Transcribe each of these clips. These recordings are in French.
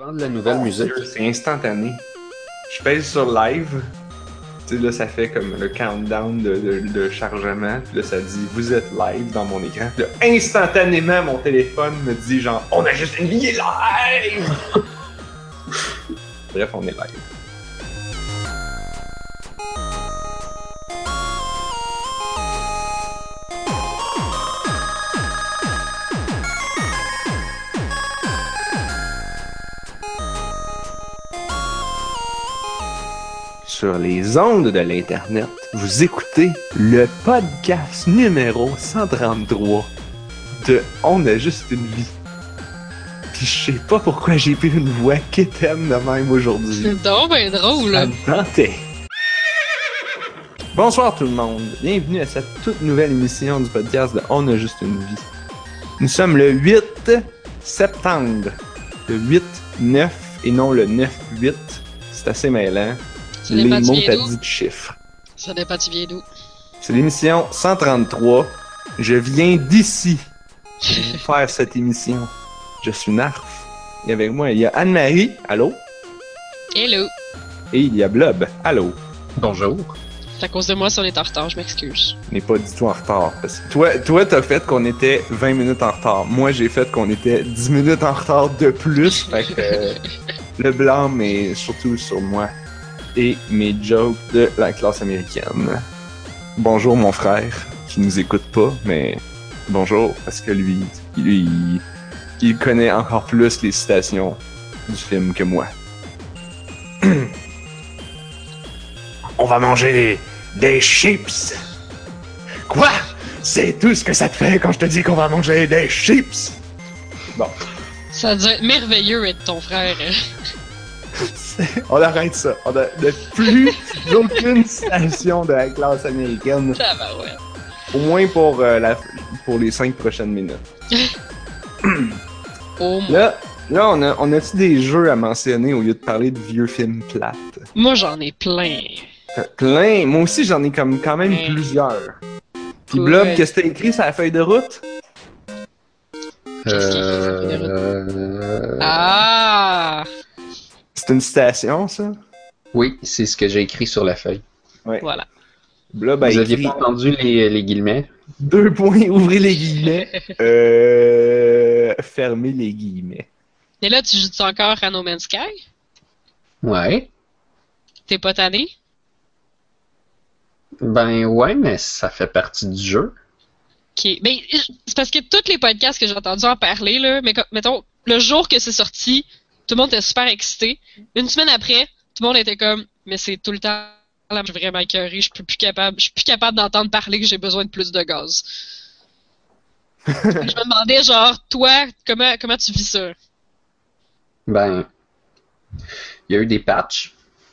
Avant de la nouvelle musique. C'est instantané. Je pèse sur live. Tu sais, là, ça fait comme le countdown de chargement. Puis là, ça dit « Vous êtes live » dans mon écran. Puis là, instantanément, mon téléphone me dit genre « On a juste une vie live! » Bref, on est live. Sur les ondes de l'Internet, vous écoutez le podcast numéro 133 de On a juste une vie. Puis je sais pas pourquoi j'ai pris une voix quétaine de même aujourd'hui. C'est donc ben drôle, là. Ça me tentait. Bonsoir tout le monde, bienvenue à cette toute nouvelle émission du podcast de On a juste une vie. Nous sommes le 8 septembre, le 8-9 et non le 9-8, c'est assez mêlant. Les mots t'as dit de chiffres. Ça dépend tu viens d'où. C'est l'émission 133. Je viens d'ici pour faire cette émission. Je suis Narf. Et avec moi, il y a Anne-Marie. Allô? Hello. Et il y a Blob. Allô? Bonjour. C'est à cause de moi si on est en retard, je m'excuse. On n'est pas du tout en retard. Parce que toi, t'as fait qu'on était 20 minutes en retard. Moi, j'ai fait qu'on était 10 minutes en retard de plus. Fait que le blâme est surtout sur moi et mes jokes de la classe américaine. Bonjour mon frère, qui nous écoute pas, mais bonjour, parce que lui, il connaît encore plus les citations du film que moi. On va manger des chips! Quoi? C'est tout ce que ça te fait quand je te dis qu'on va manger des chips? Bon. Ça doit être merveilleux être ton frère. On arrête ça. On a plus aucune citation de la classe américaine. Ça va, ouais. Au moins pour les 5 prochaines minutes. Oh, moi. Là, on a-tu des jeux à mentionner au lieu de parler de vieux films plates? Moi, j'en ai plein. Plein. Moi aussi, j'en ai quand même plusieurs. Puis Cool. Blob, qu'est-ce que t'as écrit sur la feuille de route? Qu'est-ce qu'il y a sur la feuille de route? Ah! C'est une citation, ça? Oui, c'est ce que j'ai écrit sur la feuille. Ouais. Voilà. Blob a Vous écrit... aviez pas entendu les guillemets? 2 points, ouvrez les guillemets. Fermez les guillemets. Et là, tu joues-tu encore à No Man's Sky? Ouais. T'es pas tanné? Ben ouais, mais ça fait partie du jeu. Ok. Ben, c'est parce que tous les podcasts que j'ai entendus en parler, là, mais mettons, le jour que c'est sorti, tout le monde était super excité. Une semaine après, tout le monde était comme, mais c'est tout le temps là, je suis vraiment écœuré, je suis plus capable d'entendre parler que j'ai besoin de plus de gaz. Je me demandais, genre, toi, comment tu vis ça? Ben, il y a eu des patchs.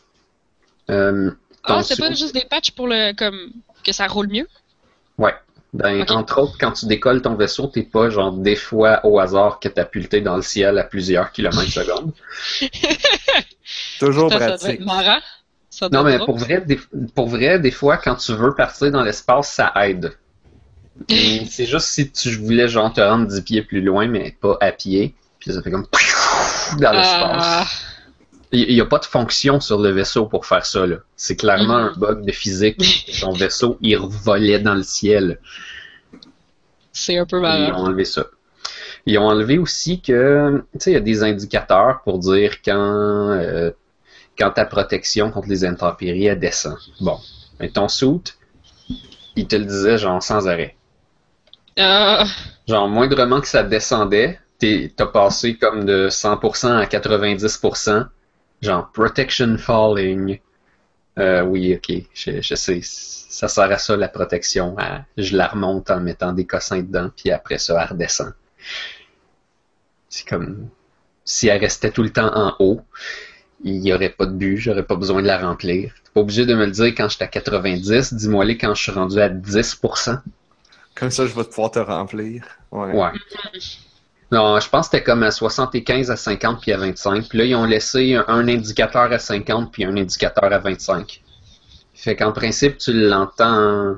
C'est pas juste des patchs pour que ça roule mieux? Ouais. Ben, Okay. Entre autres, quand tu décolles ton vaisseau, t'es pas genre des fois au hasard catapulté dans le ciel à plusieurs kilomètres secondes. Toujours Ça doit pratique. être marrant. Ça doit Non, mais être pour vrai, des fois, quand tu veux partir dans l'espace, ça aide. Et c'est juste si tu voulais genre te rendre 10 pieds plus loin, mais pas à pied. Puis ça fait comme dans l'espace. Il n'y a pas de fonction sur le vaisseau pour faire ça, là. C'est clairement un bug de physique. Ton vaisseau, il volait dans le ciel. C'est un peu Ils ont marrant. enlevé ça. Ils ont enlevé aussi que, tu sais, il y a des indicateurs pour dire quand ta protection contre les intempéries, elle descend. Bon. Mais ton suit, il te le disait genre sans arrêt. Genre, moindrement que ça descendait, t'as passé comme de 100% à 90%. Genre, protection falling. Oui, ok, je sais. Ça sert à ça, la protection. Je la remonte en mettant des cossins dedans, puis après ça, elle redescend. C'est comme si elle restait tout le temps en haut, il n'y aurait pas de but, j'aurais pas besoin de la remplir. T'es pas obligé de me le dire quand je suis à 90, dis-moi-les quand je suis rendu à 10%. Comme ça, je vais pouvoir te remplir. Ouais. Non, je pense que c'était comme à 75, à 50 puis à 25. Puis là, ils ont laissé un indicateur à 50 puis un indicateur à 25. Fait qu'en principe, tu l'entends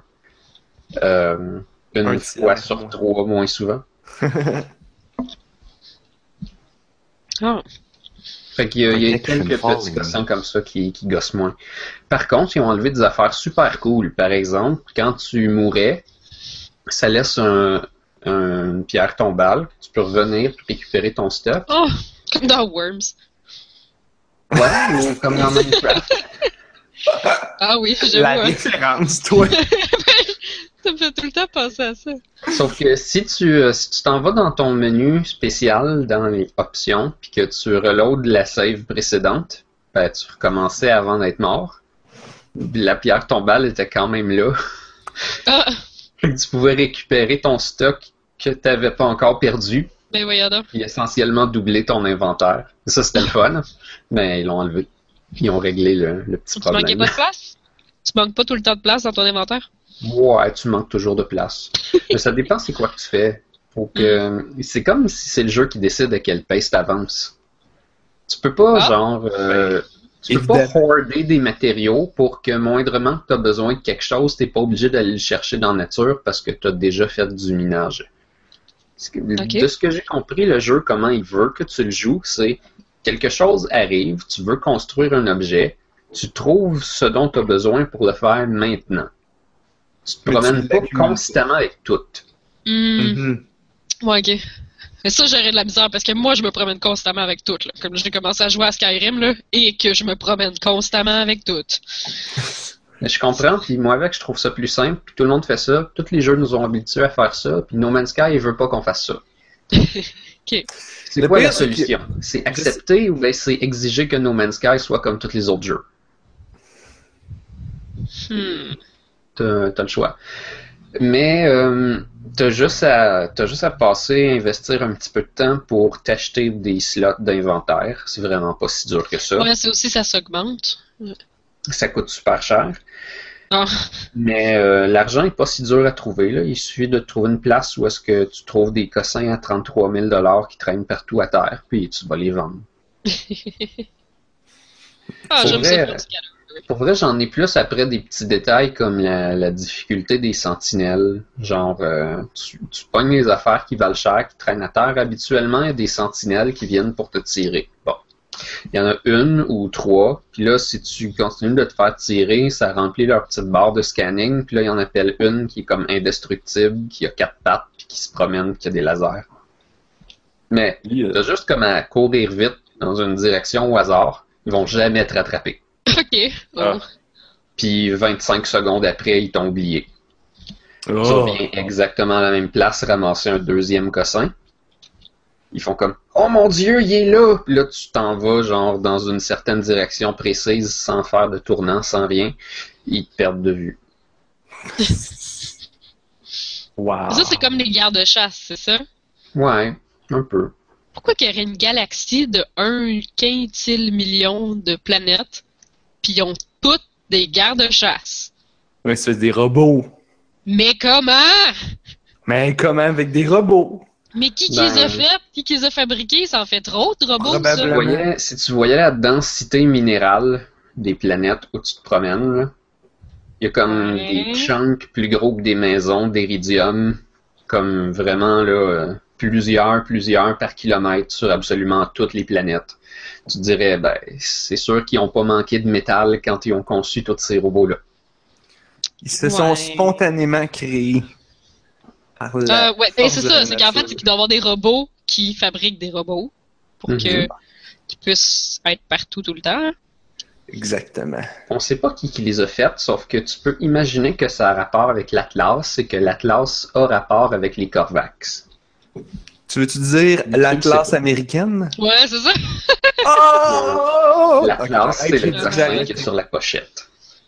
une fois sur 3 moins souvent. Ah. Fait qu'il y a Protection quelques petits falling. cossins comme ça qui gossent moins. Par contre, ils ont enlevé des affaires super cool. Par exemple, quand tu mourais, ça laisse une pierre tombale. Tu peux revenir pour récupérer ton stock. Oh, comme dans Worms. Ouais, ou comme dans Minecraft. Ah oui, La j'avoue. Hein. référence, toi. Ça me fait tout le temps penser à ça. Sauf que si tu t'en vas dans ton menu spécial, dans les options, puis que tu reloads la save précédente, ben tu recommençais avant d'être mort. La pierre tombale était quand même là. Ah, Fait que tu pouvais récupérer ton stock que tu n'avais pas encore perdu, ben voyons donc. puis essentiellement doubler ton inventaire. Ça, c'était le fun, mais ils l'ont enlevé. Ils ont réglé le petit Tu manquais problème. pas de place? Tu manques pas tout le temps de place dans ton inventaire? Ouais, tu manques toujours de place. Mais ça dépend c'est quoi que tu fais. Faut que... C'est comme si c'est le jeu qui décide à quelle pace t'avances. Tu peux pas, tu peux pas Évidemment. hoarder des matériaux pour que moindrement que tu as besoin de quelque chose, t'es pas obligé d'aller le chercher dans la nature parce que tu as déjà fait du minage. De ce que j'ai compris, le jeu, comment il veut que tu le joues, c'est quelque chose arrive, tu veux construire un objet, tu trouves ce dont tu as besoin pour le faire maintenant. Tu te Mais tu promènes pas l'accumules. constamment avec tout. Mhm. Ouais, ok. Mais ça, j'aurais de la misère parce que moi, je me promène constamment avec tout. Là. Comme j'ai commencé à jouer à Skyrim, là, et que je me promène constamment avec tout. Mais je comprends, puis moi avec, je trouve ça plus simple, puis tout le monde fait ça. Tous les jeux nous ont habitués à faire ça, puis No Man's Sky, il veut pas qu'on fasse ça. Ok. C'est Le quoi pire, la c'est que- solution? C'est accepter ou bien c'est exiger que No Man's Sky soit comme tous les autres jeux? T'as le choix. Mais t'as juste à passer, investir un petit peu de temps pour t'acheter des slots d'inventaire. C'est vraiment pas si dur que ça. Ouais, c'est aussi, ça s'augmente. Ça coûte super cher. Ah, Mais l'argent est pas si dur à trouver, là. Il suffit de trouver une place où est-ce que tu trouves des cossins à 33 000 qui traînent partout à terre, puis tu vas les vendre. Pour j'aime vrai, ça. Dans ce cas-là. Pour vrai, j'en ai plus après des petits détails comme la difficulté des sentinelles. Genre, tu pognes les affaires qui valent cher, qui traînent à terre. Habituellement, il y a des sentinelles qui viennent pour te tirer. Bon. Il y en a une ou trois. Puis là, si tu continues de te faire tirer, ça remplit leur petite barre de scanning. Puis là, il y en appelle une qui est comme indestructible, qui a 4 pattes, puis qui se promène, puis qui a des lasers. Mais t'as juste comme à courir vite dans une direction au hasard. Ils vont jamais te rattraper. Ok. Ah. Puis 25 secondes après, ils t'ont oublié. Tu Oh. reviens exactement à la même place, ramasser un deuxième cossin. Ils font comme « Oh mon Dieu, il est là! » Puis là, tu t'en vas genre dans une certaine direction précise, sans faire de tournant, sans rien. Ils te perdent de vue. Wow. Ça, c'est comme les guerres de chasse, c'est ça? Ouais, un peu. Pourquoi qu'il y aurait une galaxie de 1,15 million de planètes, puis ils ont toutes des guerres de chasse? Ouais, c'est des robots. Mais comment? Mais comment avec des robots? Mais qui Ben, les a fait? Qui les a fabriqués? Ça en fait trop de robots, Probablement. ça? Si tu voyais la densité minérale des planètes où tu te promènes, là, il y a comme Ouais. des chunks plus gros que des maisons d'iridium, comme vraiment là, plusieurs par kilomètre sur absolument toutes les planètes. Tu te dirais, ben, c'est sûr qu'ils n'ont pas manqué de métal quand ils ont conçu tous ces robots-là. Ils se sont Ouais. spontanément créés. Par la Ouais, force c'est de ça. la C'est qu'en fait, nature. c'est qu'il doit y avoir des robots qui fabriquent des robots pour Mhm. qu'ils puissent être partout tout le temps. Hein. Exactement. On ne sait pas qui les a faites, sauf que tu peux imaginer que ça a rapport avec l'Atlas et que l'Atlas a rapport avec les Corvax. Tu veux-tu dire Je la ne sais classe pas. américaine? Ouais, c'est ça. Oh! L'Atlas, Ok, c'est j'ai le dit dessin j'arrête. qui est sur la pochette.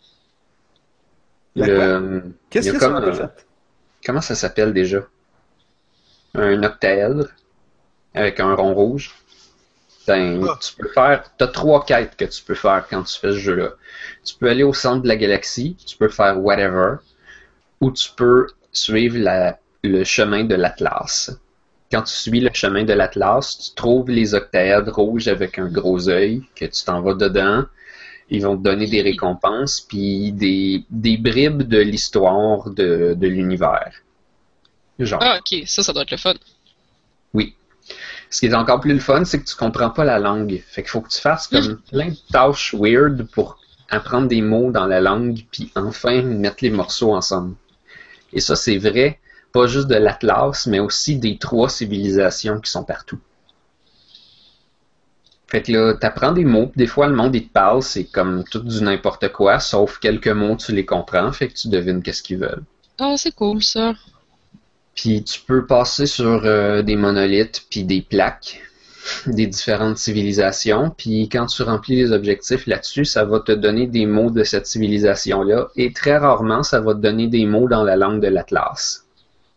La Qu'est-ce il y a que comme ça a un- fait? Comment ça s'appelle déjà? Un octaèdre avec un rond rouge. Ben, Ah. tu peux faire. T'as 3 quêtes que tu peux faire quand tu fais ce jeu-là. Tu peux aller au centre de la galaxie, tu peux faire whatever, ou tu peux suivre le chemin de l'Atlas. Quand tu suis le chemin de l'Atlas, tu trouves les octaèdres rouges avec un gros œil, que tu t'en vas dedans. Ils vont te donner des récompenses, puis des bribes de l'histoire de l'univers. Genre. Ah, ok. Ça doit être le fun. Oui. Ce qui est encore plus le fun, c'est que tu comprends pas la langue. Fait qu'il faut que tu fasses comme plein de tâches weird pour apprendre des mots dans la langue, puis enfin mettre les morceaux ensemble. Et ça, c'est vrai, pas juste de l'Atlas, mais aussi des 3 civilisations qui sont partout. Fait que là, t'apprends des mots, des fois le monde il te parle, c'est comme tout du n'importe quoi, sauf quelques mots, tu les comprends, fait que tu devines qu'est-ce qu'ils veulent. Ah, c'est cool ça. Puis tu peux passer sur des monolithes puis des plaques des différentes civilisations, puis quand tu remplis les objectifs là-dessus, ça va te donner des mots de cette civilisation-là, et très rarement, ça va te donner des mots dans la langue de l'Atlas.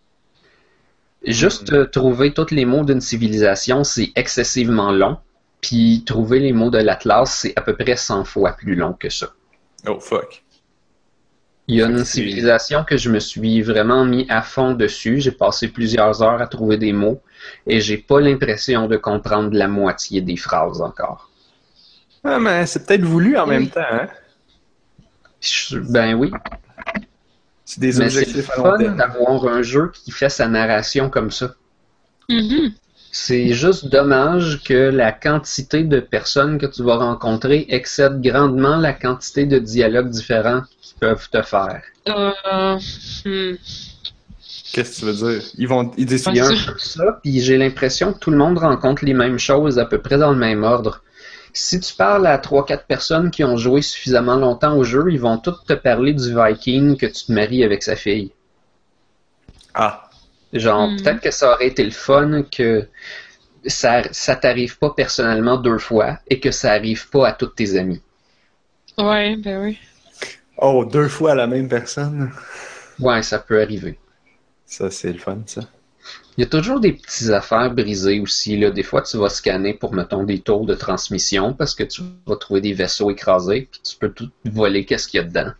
Juste trouver tous les mots d'une civilisation, c'est excessivement long, puis trouver les mots de l'Atlas, c'est à peu près 100 fois plus long que ça. Oh fuck. Il y a une civilisation que je me suis vraiment mis à fond dessus. J'ai passé plusieurs heures à trouver des mots et j'ai pas l'impression de comprendre la moitié des phrases encore. Ah, mais c'est peut-être voulu en même temps, hein? Ben oui. C'est des Mais c'est objectifs à long fun terme. d'avoir un jeu qui fait sa narration comme ça. Mhm. C'est juste dommage que la quantité de personnes que tu vas rencontrer excède grandement la quantité de dialogues différents qu'ils peuvent te faire. Hmm. Qu'est-ce que tu veux dire? Ils disent Il y a un peu ça, puis j'ai l'impression que tout le monde rencontre les mêmes choses à peu près dans le même ordre. Si tu parles à 3-4 personnes qui ont joué suffisamment longtemps au jeu, ils vont toutes te parler du Viking que tu te maries avec sa fille. Ah. Genre, peut-être que ça aurait été le fun que ça t'arrive pas personnellement 2 fois et que ça arrive pas à tous tes amis. Ouais, ben oui. Oh, 2 fois la même personne? Ouais, ça peut arriver. Ça, c'est le fun, ça. Il y a toujours des petites affaires brisées aussi, là. Des fois, tu vas scanner pour, mettons, des tours de transmission parce que tu vas trouver des vaisseaux écrasés puis tu peux tout voler qu'est-ce qu'il y a dedans.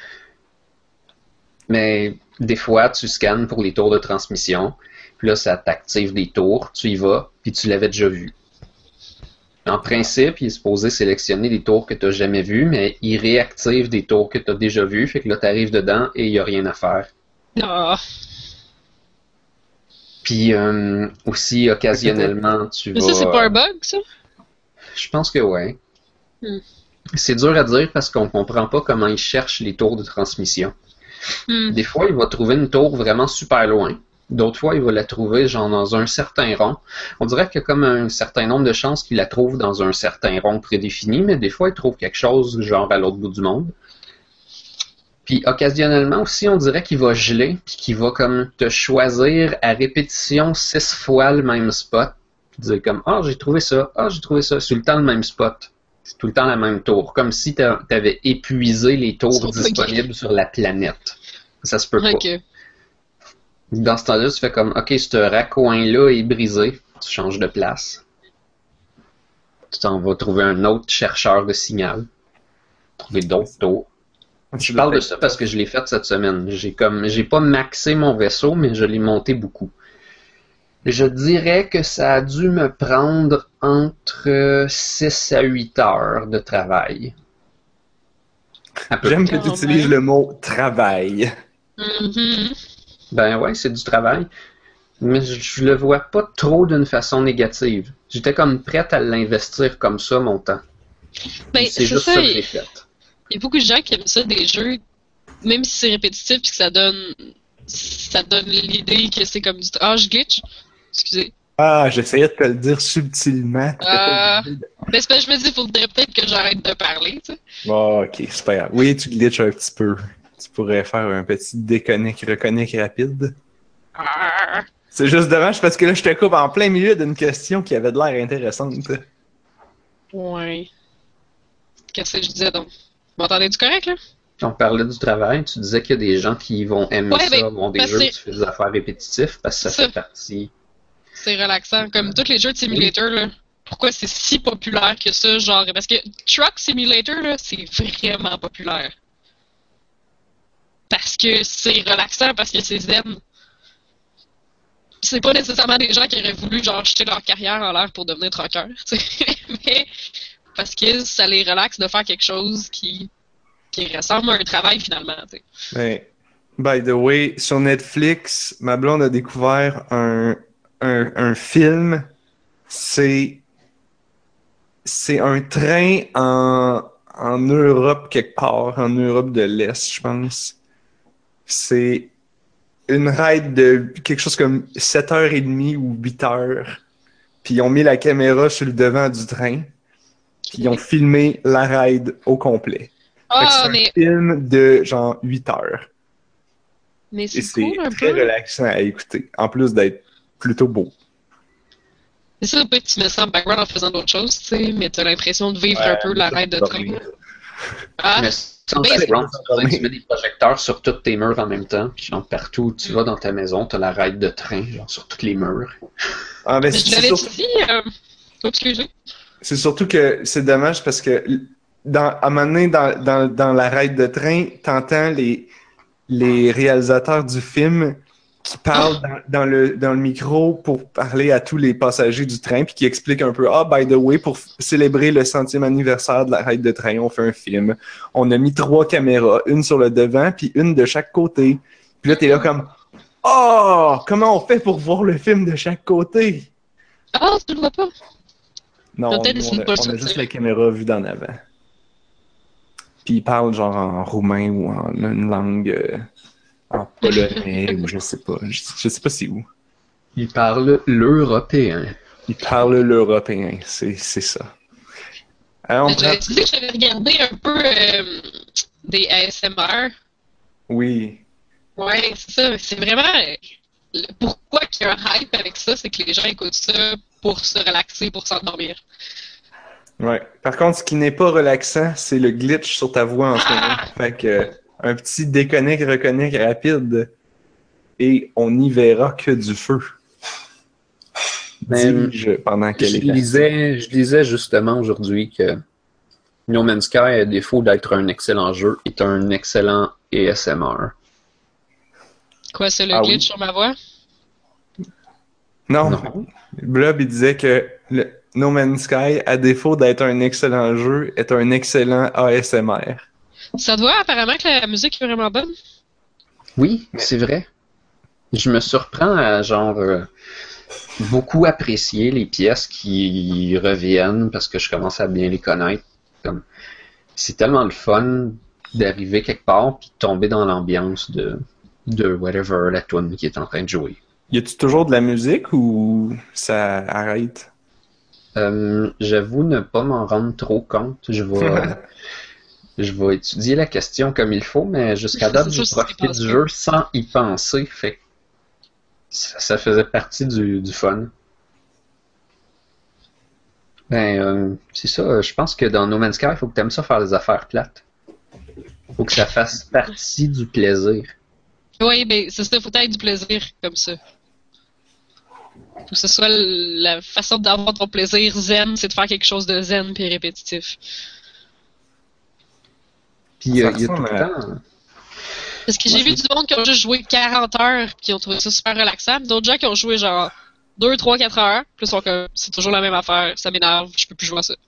Mais des fois, tu scannes pour les tours de transmission, puis là, ça t'active des tours, tu y vas, puis tu l'avais déjà vu. En principe, il est supposé sélectionner des tours que tu n'as jamais vus, mais il réactive des tours que tu as déjà vus, fait que là, tu arrives dedans et il n'y a rien à faire. Ah. Puis aussi, occasionnellement, tu vas... Mais ça, c'est pas un bug, ça? Je pense que ouais. Hmm. C'est dur à dire parce qu'on comprend pas comment il cherche les tours de transmission. Des fois, il va trouver une tour vraiment super loin. D'autres fois, il va la trouver genre dans un certain rond. On dirait qu'il y a comme un certain nombre de chances qu'il la trouve dans un certain rond prédéfini, mais des fois, il trouve quelque chose genre à l'autre bout du monde. Puis occasionnellement aussi, on dirait qu'il va geler, puis qu'il va comme te choisir à répétition 6 fois le même spot. Puis dire comme « Ah, j'ai trouvé ça. Ah, j'ai trouvé ça. » C'est tout le temps le même spot. C'est tout le temps la même tour. Comme si tu avais épuisé les tours disponibles sur la planète. Ça se peut pas. Ok. Dans ce temps-là, tu fais comme OK, ce raccoin-là est brisé. Tu changes de place. Tu t'en vas trouver un autre chercheur de signal. Trouver d'autres tours. Je parle de ça parce que je l'ai fait cette semaine. J'ai pas maxé mon vaisseau, mais je l'ai monté beaucoup. Je dirais que ça a dû me prendre entre 6 à 8 heures de travail. J'aime que tu utilises le mot travail. Ben ouais, c'est du travail. Mais je le vois pas trop d'une façon négative. J'étais comme prête à l'investir comme ça, mon temps. Ben, c'est juste ça que j'ai fait. Il y a beaucoup de gens qui aiment ça, des jeux, même si c'est répétitif, puis que ça donne l'idée que c'est comme du... Ah, je glitch? Excusez. Ah, j'essayais de te le dire subtilement. Ben, c'est parce que je me dis, il faudrait peut-être que j'arrête de parler, tu sais. Bon, ok, c'est pas grave. Oui, tu glitches un petit peu. Tu pourrais faire un petit déconnect rapide. C'est juste dommage parce que là, je te coupe en plein milieu d'une question qui avait de l'air intéressante. Ouais. Qu'est-ce que je disais donc? Vous m'entendez-tu correct, là? On parlait du travail, tu disais qu'il y a des gens qui vont aimer ça, vont des jeux où tu fais des affaires répétitives parce que ça fait partie. C'est relaxant. Comme tous les jeux de simulator, là. Pourquoi c'est si populaire que ça, genre... Parce que Truck Simulator, là, c'est vraiment populaire. Parce que c'est relaxant, parce que c'est zen. C'est pas nécessairement des gens qui auraient voulu, genre, jeter leur carrière en l'air pour devenir trucker, tu sais. Mais parce que ça les relaxe de faire quelque chose qui ressemble à un travail, finalement, tu sais. Ben, by the way, sur Netflix, ma blonde a découvert un film C'est un train en Europe quelque part, en Europe de l'Est, je pense. C'est une ride de quelque chose comme 7h30 ou 8h. Puis ils ont mis la caméra sur le devant du train. Puis ils ont filmé la ride au complet. Fait que c'est Ah, un mais, film de genre 8 heures. mais Et c'est c'est cool un très peu. relaxant à écouter. En plus d'être plutôt beau. C'est ça, peut-être que tu mets ça en background en faisant d'autres choses, tu sais, mais t'as l'impression de vivre un peu la ride de train. Ah, Mais sans ben, background, c'est- tu mets des projecteurs sur tous tes murs en même temps, puis genre partout où tu vas dans ta maison, t'as la ride de train, genre sur tous les murs. Ah, mais je l'avais dit, excusez. c'est surtout que c'est dommage parce que à un moment donné, dans la ride de train, t'entends les réalisateurs du film qui parlent dans le micro pour parler à tous les passagers du train, puis qui expliquent un peu, ah, by the way, pour célébrer le 100e anniversaire de la ride de train, on fait un film. On a mis 3 caméras, une sur le devant, puis une de chaque côté. Puis là, t'es là comme, oh, comment on fait pour voir le film de chaque côté? Ah, tu le vois pas? Non, Peut-être nous, essayer de pas le on a juste sortir. la caméra vue d'en avant. Puis ils parlent genre en roumain ou en une langue, en polonais, ou je sais pas. Je sais pas c'est où. Ils parlent l'européen. Ils parlent l'européen, c'est ça. Alors, on prend... Tu sais que j'avais regardé un peu des ASMR. Oui. Ouais, c'est ça. C'est vraiment. Pourquoi qu'il y a un hype avec ça, c'est que les gens écoutent ça pour se relaxer, pour s'endormir. Ouais. Par contre, ce qui n'est pas relaxant, c'est le glitch sur ta voix en ce moment. Ah! Fait que un petit déconnecte-reconnecte rapide et on n'y verra que du feu. Mais, Dis-je pendant qu'elle est partie. je lisais justement aujourd'hui que No Man's Sky, à défaut d'être un excellent jeu, est un excellent ASMR. Quoi, c'est le Ah glitch oui? sur ma voix? Non. Non? Blob, il disait que le No Man's Sky, à défaut d'être un excellent jeu, est un excellent ASMR. Ça doit apparemment que la musique est vraiment bonne. Oui, c'est vrai. Je me surprends à genre beaucoup apprécier les pièces qui reviennent parce que je commence à bien les connaître. Comme, c'est tellement le fun d'arriver quelque part puis de tomber dans l'ambiance de whatever la tune qui est en train de jouer. Y a-tu toujours de la musique ou ça arrête? J'avoue ne pas m'en rendre trop compte. Je vais étudier la question comme il faut, mais jusqu'à date, C'est j'ai sûr, si tu profité penses du pas. jeu sans y penser. Fait que ça faisait partie du fun. Ben, c'est ça. Je pense que dans No Man's Sky, il faut que tu aimes ça faire des affaires plates. Faut que ça fasse partie du plaisir. Oui, ben, c'est ça, faut être du plaisir comme ça. Faut que ce soit la façon d'avoir ton plaisir zen, c'est de faire quelque chose de zen puis répétitif. Puis Ça il y a tout ressemble le à... temps. Parce que j'ai vu du monde qui ont juste joué 40 heures puis qui ont trouvé ça super relaxant, puis d'autres gens qui ont joué genre 2, 3, 4 heures, puis ils sont comme c'est toujours la même affaire, ça m'énerve, je peux plus jouer à ça.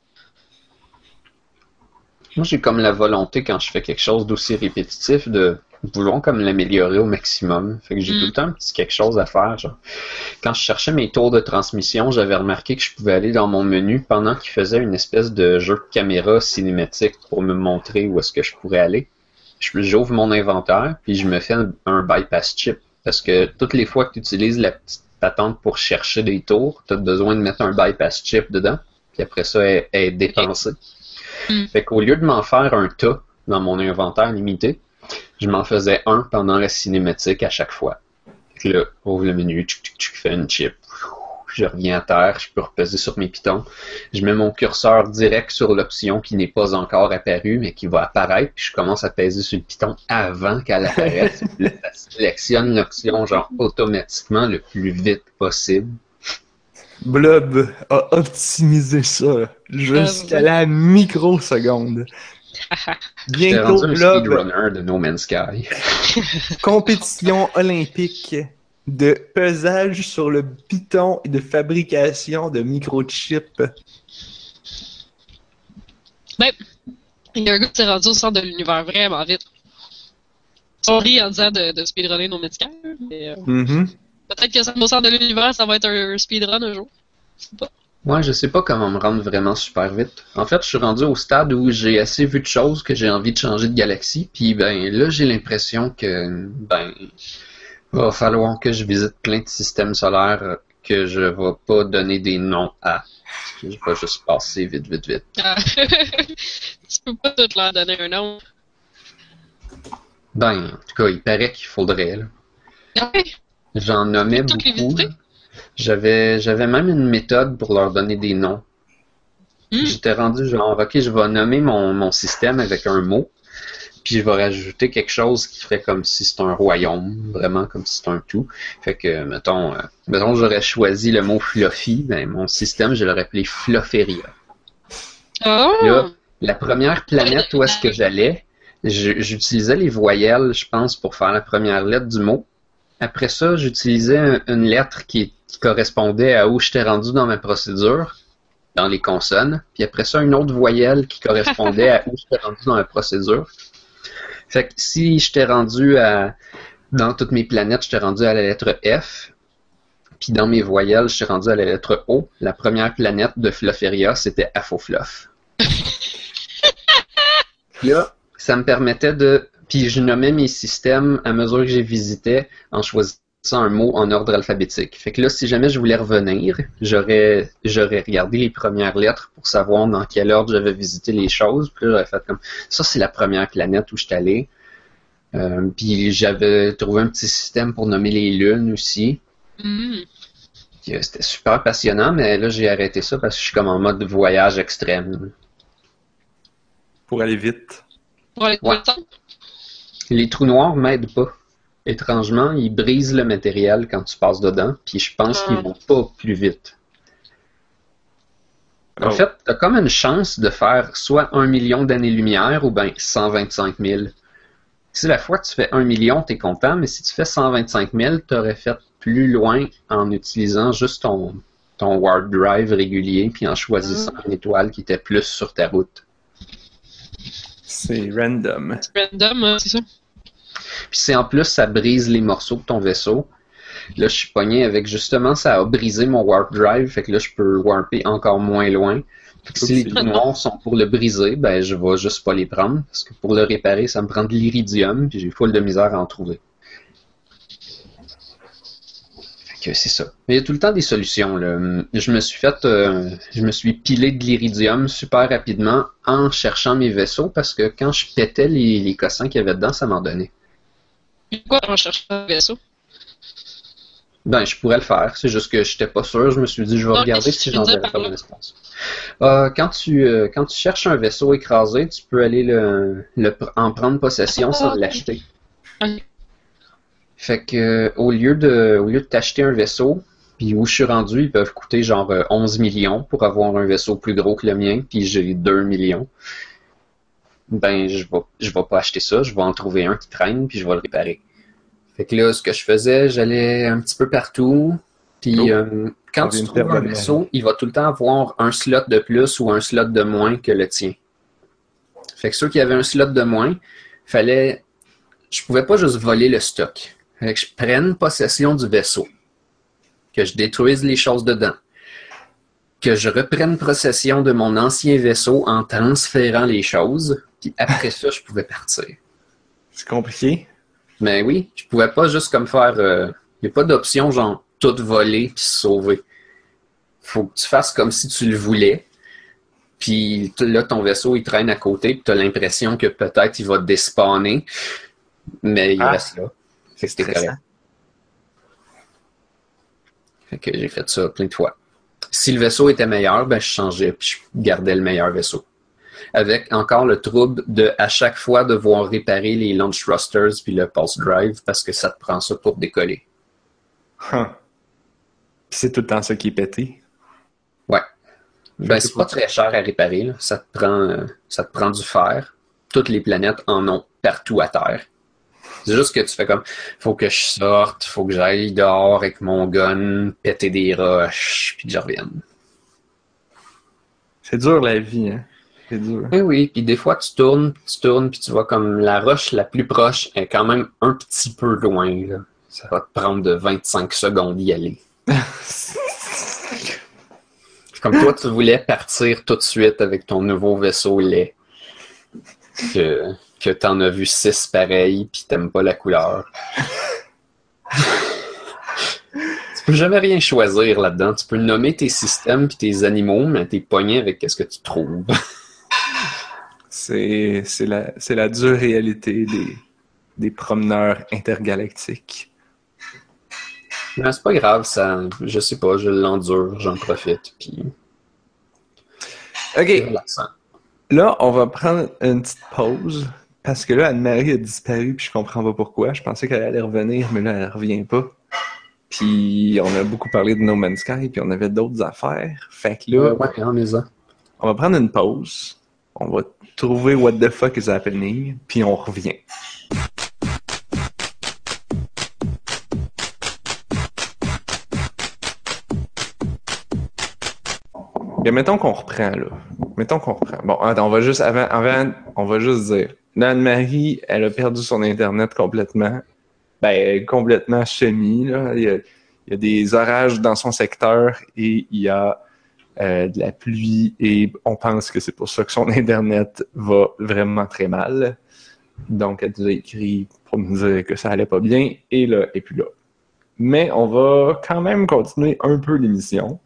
Moi, j'ai comme la volonté, quand je fais quelque chose d'aussi répétitif, de vouloir comme l'améliorer au maximum. Fait que j'ai tout le temps un petit quelque chose à faire. Genre. Quand je cherchais mes tours de transmission, j'avais remarqué que je pouvais aller dans mon menu pendant qu'il faisait une espèce de jeu de caméra cinématique pour me montrer où est-ce que je pourrais aller. J'ouvre mon inventaire, puis je me fais un bypass chip. Parce que toutes les fois que tu utilises la petite patente pour chercher des tours, tu as besoin de mettre un bypass chip dedans. Puis après ça, elle est dépensée. Fait qu'au lieu de m'en faire un tas dans mon inventaire limité, je m'en faisais un pendant la cinématique à chaque fois. Fait que là, ouvre le menu, tu fais une chip. Je reviens à terre, je peux repeser sur mes pitons. Je mets mon curseur direct sur l'option qui n'est pas encore apparue, mais qui va apparaître, puis je commence à peser sur le piton avant qu'elle apparaisse. Là, ça sélectionne l'option genre automatiquement le plus vite possible. Blob a optimisé ça jusqu'à la microseconde. J'étais rendu Bientôt, un Blob, speedrunner de No Man's Sky. compétition olympique de pesage sur le piton et de fabrication de microchips. Ben, il y a un gars qui s'est rendu au centre de l'univers vraiment vite. On rit en disant de speedrunner nos médicaments, mais peut-être que ça, au centre de l'univers, ça va être un speedrun un jour. Je sais pas. Moi, je sais pas comment me rendre vraiment super vite. En fait, je suis rendu au stade où j'ai assez vu de choses que j'ai envie de changer de galaxie. Puis ben là, j'ai l'impression que va falloir que je visite plein de systèmes solaires que je vais pas donner des noms à. Je vais juste passer vite, vite, vite. Ah. Tu peux pas tout leur donner un nom. Ben, en tout cas, il paraît qu'il faudrait, là. Ah ouais? J'en nommais Toutes les beaucoup. visiter? J'avais même une méthode pour leur donner des noms. J'étais rendu genre, ok, je vais nommer mon système avec un mot, puis je vais rajouter quelque chose qui ferait comme si c'était un royaume, vraiment comme si c'était un tout. Fait que, mettons j'aurais choisi le mot Fluffy, ben mon système, je l'aurais appelé Flufferia. Oh! Là, la première planète où est-ce que j'allais, j'utilisais les voyelles, je pense, pour faire la première lettre du mot. Après ça, j'utilisais une lettre qui correspondait à où j'étais rendu dans ma procédure, dans les consonnes. Puis après ça, une autre voyelle qui correspondait à où j'étais rendu dans la procédure. Fait que si j'étais rendu dans toutes mes planètes, j'étais rendu à la lettre F. Puis dans mes voyelles, j'étais rendu à la lettre O. La première planète de Flufferia, c'était Afofluff. Puis là, ça me permettait de... Puis je nommais mes systèmes à mesure que j'ai visité en choisissant un mot en ordre alphabétique. Fait que là, si jamais je voulais revenir, j'aurais regardé les premières lettres pour savoir dans quel ordre j'avais visité les choses. Puis là, j'aurais fait comme... Ça, c'est la première planète où je suis allé. Puis j'avais trouvé un petit système pour nommer les lunes aussi. C'était super passionnant, mais là, j'ai arrêté ça parce que je suis comme en mode voyage extrême. Pour aller vite. Pour aller Ouais. Les trous noirs m'aident pas. Étrangement, ils brisent le matériel quand tu passes dedans, puis je pense qu'ils vont pas plus vite. En fait, t'as comme une chance de faire soit 1 million d'années-lumière ou ben 125 000. Si la fois que tu fais 1 million, t'es content, mais si tu fais 125 000, t'aurais fait plus loin en utilisant juste ton warp drive régulier, puis en choisissant une étoile qui était plus sur ta route. C'est random. C'est random, c'est ça. Puis si en plus ça brise les morceaux de ton vaisseau, là je suis pogné avec justement ça a brisé mon warp drive, fait que là je peux warper encore moins loin. Fait que si les trous noirs sont pour le briser, ben je vais juste pas les prendre, parce que pour le réparer ça me prend de l'iridium, puis j'ai full de misère à en trouver. Fait que c'est ça. Mais il y a tout le temps des solutions, là. Je me suis pilé de l'iridium super rapidement en cherchant mes vaisseaux, parce que quand je pétais les cossins qu'il y avait dedans, ça m'en donnait. Pourquoi on cherche un vaisseau? Ben, je pourrais le faire. C'est juste que j'étais pas sûr. Je me suis dit, je vais Donc, regarder qu'est-ce que si tu veux j'enverrai dire pas par mon espace. Quand tu cherches un vaisseau écrasé, tu peux aller en prendre possession sans l'acheter. Ok. Fait que, au lieu de t'acheter un vaisseau, puis où je suis rendu, ils peuvent coûter genre 11 millions pour avoir un vaisseau plus gros que le mien, puis j'ai 2 millions. Ben, je vais pas acheter ça. Je vais en trouver un qui traîne, puis je vais le réparer. Fait que là, ce que je faisais, j'allais un petit peu partout. Puis quand tu trouves un vaisseau, il va tout le temps avoir un slot de plus ou un slot de moins que le tien. Fait que ceux qui avaient un slot de moins, je pouvais pas juste voler le stock. Fait que je prenne possession du vaisseau, que je détruise les choses dedans, que je reprenne possession de mon ancien vaisseau en transférant les choses, puis après ça, je pouvais partir. C'est compliqué. Mais oui, je pouvais pas juste comme faire... Il n'y a pas d'option genre tout voler puis se sauver. Faut que tu fasses comme si tu le voulais. Puis là, ton vaisseau, il traîne à côté puis tu as l'impression que peut-être il va despawner. Mais il reste là. Fait que c'était correct. Fait que j'ai fait ça plein de fois. Si le vaisseau était meilleur, ben je changeais puis je gardais le meilleur vaisseau. Avec encore le trouble de à chaque fois devoir réparer les launch thrusters puis le pulse drive parce que ça te prend ça pour décoller. C'est tout le temps ça qui est pété. Ouais. Ben c'est pas très cher à réparer, là. Ça te prend du fer. Toutes les planètes en ont partout à terre. C'est juste que tu fais comme faut que je sorte, faut que j'aille dehors avec mon gun, péter des roches, puis que je revienne. C'est dur la vie, hein? C'est dur. Oui, puis des fois tu tournes, puis tu vois comme la roche la plus proche est quand même un petit peu loin, là. Ça va te prendre de 25 secondes d'y aller. Comme toi, tu voulais partir tout de suite avec ton nouveau vaisseau laid. Que t'en as vu 6 pareils, pis t'aimes pas la couleur. Tu peux jamais rien choisir là-dedans. Tu peux nommer tes systèmes pis tes animaux, mais t'es pogné avec ce que tu trouves. C'est la dure réalité des promeneurs intergalactiques. Mais c'est pas grave, ça. Je sais pas, je l'endure, j'en profite, puis c'est OK, relaxant. là, on va prendre une petite pause parce que là, Anne-Marie a disparu puis je comprends pas pourquoi. Je pensais qu'elle allait revenir, mais là, elle revient pas. Puis on a beaucoup parlé de No Man's Sky puis on avait d'autres affaires. Fait que là, Ouais, en maison. on va prendre une pause. On va trouver what the fuck is happening puis on revient. Et mettons qu'on reprend, là. Mettons qu'on reprend. Bon, attends, on va juste, avant, on va juste dire. Là, Anne-Marie, elle a perdu son Internet complètement. Ben, complètement semi, là. Il y a des orages dans son secteur et il y a de la pluie et on pense que c'est pour ça que son Internet va vraiment très mal. Donc, elle nous a écrit pour nous dire que ça allait pas bien et là, et puis là. Mais on va quand même continuer un peu l'émission.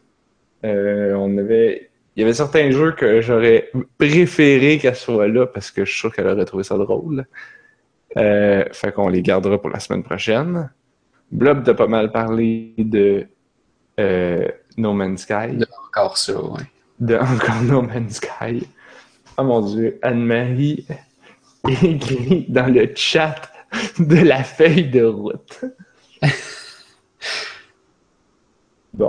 Il y avait certains jeux que j'aurais préféré qu'elle soit là parce que je suis sûr qu'elle aurait trouvé ça drôle. Fait qu'on les gardera pour la semaine prochaine. Blob t'a pas mal parlé de No Man's Sky. Encore ça, ouais. De encore No Man's Sky. Oh mon Dieu, Anne-Marie écrit dans le chat de la feuille de route. Bon.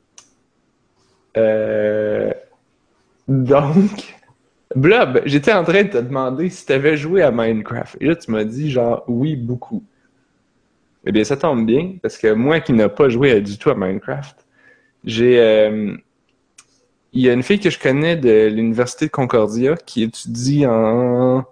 Donc, Blob, j'étais en train de te demander si tu avais joué à Minecraft. Et là, tu m'as dit genre oui, beaucoup. Eh bien, ça tombe bien, parce que moi qui n'ai pas joué du tout à Minecraft, il y a une fille que je connais de l'Université de Concordia qui étudie en...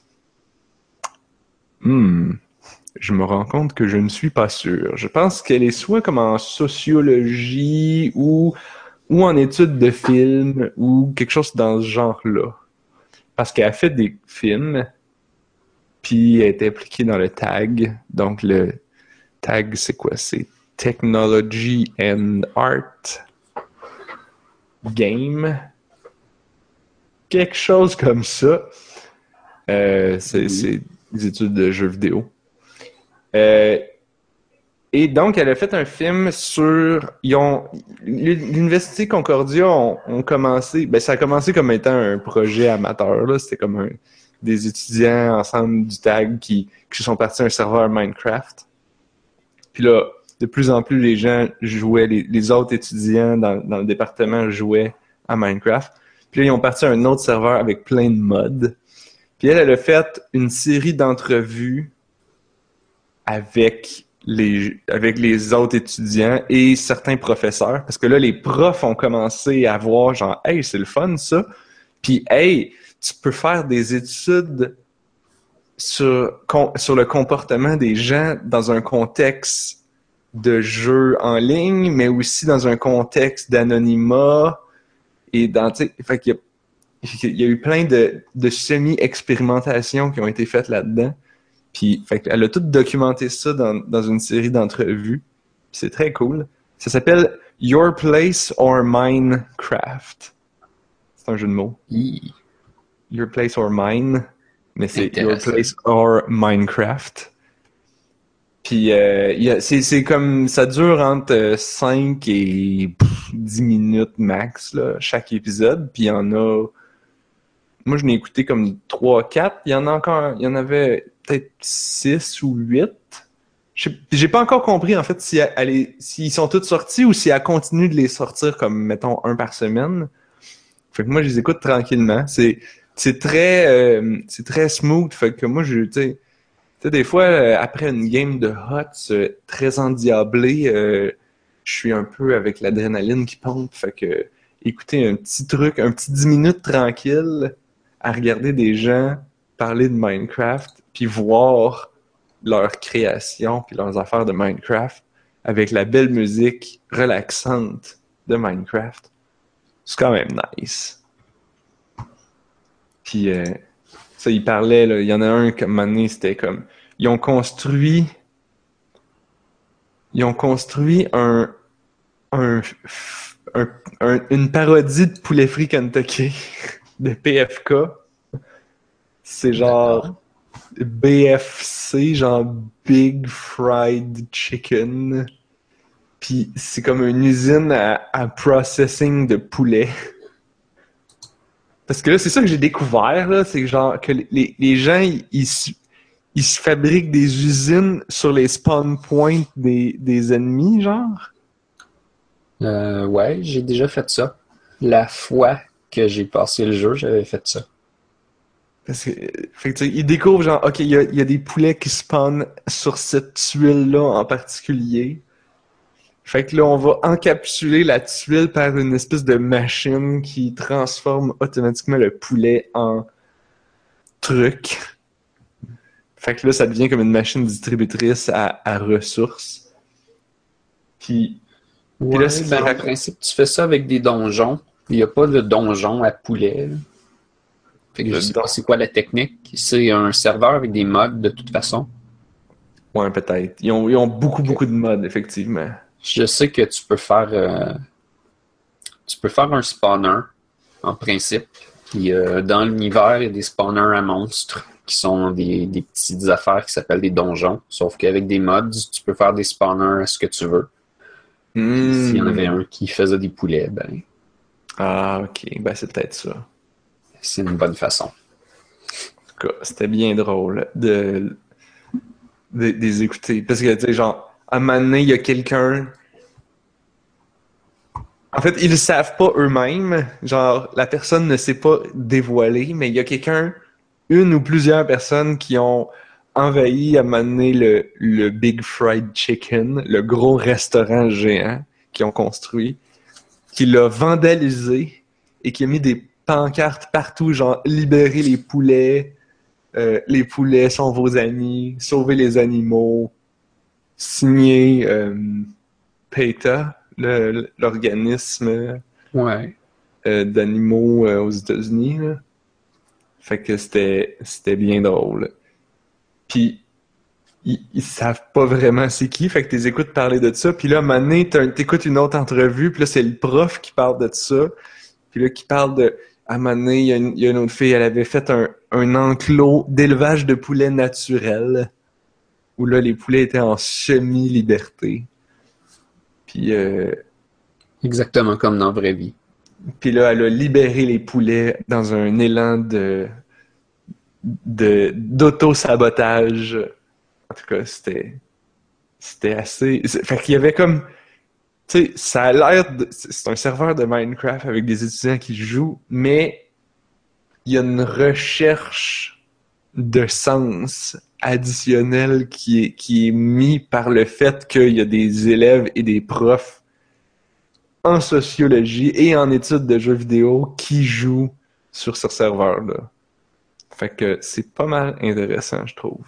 Je me rends compte que je ne suis pas sûr. Je pense qu'elle est soit comme en sociologie ou en études de films ou quelque chose dans ce genre-là. Parce qu'elle a fait des films, puis elle est impliquée dans le TAG. Donc le TAG, c'est quoi? C'est Technology and Art Game. Quelque chose comme ça. C'est des études de jeux vidéo. Et donc, elle a fait un film sur... L'Université Concordia ont commencé... Ben, ça a commencé comme étant un projet amateur, là. C'était comme des étudiants ensemble du TAG qui sont partis à un serveur Minecraft. Puis là, de plus en plus, les gens jouaient... Les autres étudiants dans le département jouaient à Minecraft. Puis là, ils ont parti à un autre serveur avec plein de mods. Puis elle a fait une série d'entrevues avec les autres étudiants et certains professeurs. Parce que là, les profs ont commencé à voir genre « Hey, c'est le fun, ça! » Puis « Hey, tu peux faire des études sur le comportement des gens dans un contexte de jeu en ligne, mais aussi dans un contexte d'anonymat. » Et dans, tu sais, fait qu'il y a eu plein de semi-expérimentations qui ont été faites là-dedans. Puis, fait qu'elle a tout documenté ça dans une série d'entrevues. Puis c'est très cool. Ça s'appelle Your Place or Minecraft. C'est un jeu de mots. Your Place or Mine. Mais c'est Your Place or Minecraft. Puis, c'est comme, ça dure entre 5 et 10 minutes max, là, chaque épisode. Puis il y en a, moi je n'ai écouté comme 3-4. Il y en avait peut-être 6 ou 8. J'ai pas encore compris, en fait, s'ils sont tous sortis ou si elle continue de les sortir comme, mettons, un par semaine. Fait que moi, je les écoute tranquillement. C'est très smooth. Fait que moi, tu sais, des fois, après une game de HOTS très endiablée, je suis un peu avec l'adrénaline qui pompe. Fait que écouter un petit truc, un petit 10 minutes tranquille à regarder des gens parler de Minecraft puis voir leur création puis leurs affaires de Minecraft avec la belle musique relaxante de Minecraft. c'est quand même nice. Puis, ça, il parlait, là, il y en a un, comme, un moment donné, c'était comme, ils ont construit un, une parodie de poulet frit Kentucky de PFK. C'est genre BFC, genre Big Fried Chicken. Puis c'est comme une usine à processing de poulet. Parce que là, c'est ça que j'ai découvert, là, c'est genre que les gens, ils se fabriquent des usines sur les spawn points des ennemis, genre. Ouais, j'ai déjà fait ça. La fois que j'ai passé le jeu, j'avais fait ça. Parce que, fait que, tu sais, ils découvrent, genre, ok, il y a des poulets qui spawnent sur cette tuile-là en particulier. Fait que là, on va encapsuler la tuile par une espèce de machine qui transforme automatiquement le poulet en truc. Fait que là, ça devient comme une machine distributrice à ressources. Puis Ouais, là, ce qui ben, en principe, tu fais ça avec des donjons. Il n'y a pas de donjon à poulet, là. Fait que je sais pas c'est quoi la technique. C'est un serveur avec des mods de toute façon. Ouais, peut-être. Ils ont beaucoup de modes, effectivement. Je sais que tu peux faire un spawner en principe. Puis, dans l'univers, il y a des spawners à monstres qui sont des petites affaires qui s'appellent des donjons. Sauf qu'avec des mods, tu peux faire des spawners à ce que tu veux. Puis, s'il y en avait un qui faisait des poulets, ben Ah, ok. Ben, c'est peut-être ça. c'est une bonne façon. En tout cas, c'était bien drôle de les écouter. Parce que, tu sais, genre, à un moment donné, il y a quelqu'un. En fait, ils le savent pas eux-mêmes. Genre, la personne ne s'est pas dévoilée, mais il y a quelqu'un, une ou plusieurs personnes qui ont envahi à un moment donné le Big Fried Chicken, le gros restaurant géant qu'ils ont construit, qui l'a vandalisé et qui a mis des pancartes partout, genre libérez les poulets sont vos amis, sauvez les animaux, signé PETA, l'organisme Ouais. d'animaux aux États-Unis. Là. Fait que c'était bien drôle. Puis ils savent pas vraiment c'est qui, fait que t'es écoutes parler de ça, puis là, à un moment donné, t'écoutes une autre entrevue, puis là, c'est le prof qui parle de ça, puis là, qui parle de... À un moment donné, il y a une autre fille, elle avait fait un enclos d'élevage de poulets naturels, où là, les poulets étaient en semi-liberté. Puis, Exactement comme dans la vraie vie. puis là, elle a libéré les poulets dans un élan d'auto-sabotage. En tout cas, c'était assez... Fait qu'il y avait comme... Tu sais, ça a l'air... C'est un serveur de Minecraft avec des étudiants qui jouent, mais il y a une recherche de sens additionnel qui est mis par le fait qu'il y a des élèves et des profs en sociologie et en études de jeux vidéo qui jouent sur ce serveur-là. Fait que c'est pas mal intéressant, je trouve.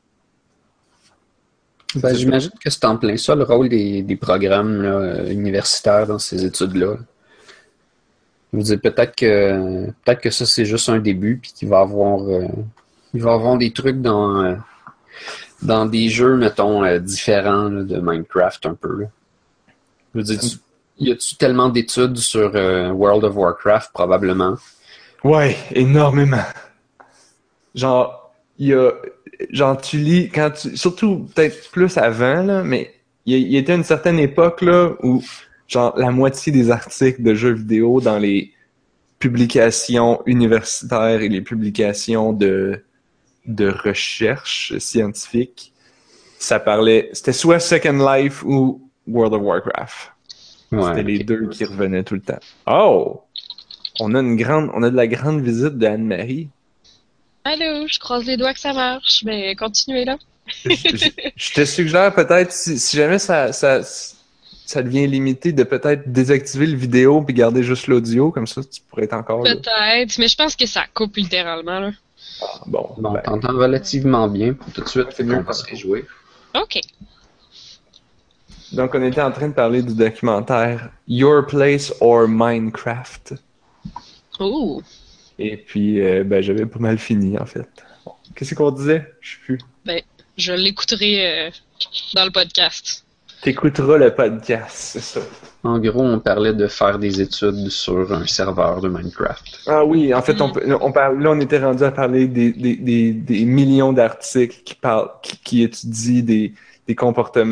Ben, j'imagine que c'est en plein ça le rôle des programmes là, universitaires dans ces études-là. Je veux dire, peut-être que ça c'est juste un début, puis qu'il va il va y avoir des trucs dans des jeux, mettons, différents là, de Minecraft un peu. Là. Je veux dire, y a-tu tellement d'études sur World of Warcraft, probablement? Ouais, énormément. Genre, genre, tu lis, surtout peut-être plus avant, là, mais il y était une certaine époque, là, où, genre, la moitié des articles de jeux vidéo dans les publications universitaires et les publications de recherche scientifique, c'était soit Second Life ou World of Warcraft. Ouais, c'était les deux qui revenaient tout le temps. Oh! On a de la grande visite de Anne-Marie. Allô, je croise les doigts que ça marche, mais continuez là. Je te suggère peut-être, si jamais ça devient limité, de peut-être désactiver le vidéo puis garder juste l'audio, comme ça tu pourrais être encore là. Peut-être, mais je pense que ça coupe littéralement là. Ah, bon, on ben, t'entend relativement bien pour tout de suite, fait qu'on va se réjouir. Ok. Donc, on était en train de parler du documentaire Your Place or Minecraft. Oh! Et puis, ben, j'avais pas mal fini, en fait. Bon. Qu'est-ce qu'on disait? Je sais plus. Ben, je l'écouterai dans le podcast. T'écouteras le podcast, c'est ça. En gros, on parlait de faire des études sur un serveur de Minecraft. Ah oui, en fait, là, on était rendu à parler des millions d'articles qui étudient des comportements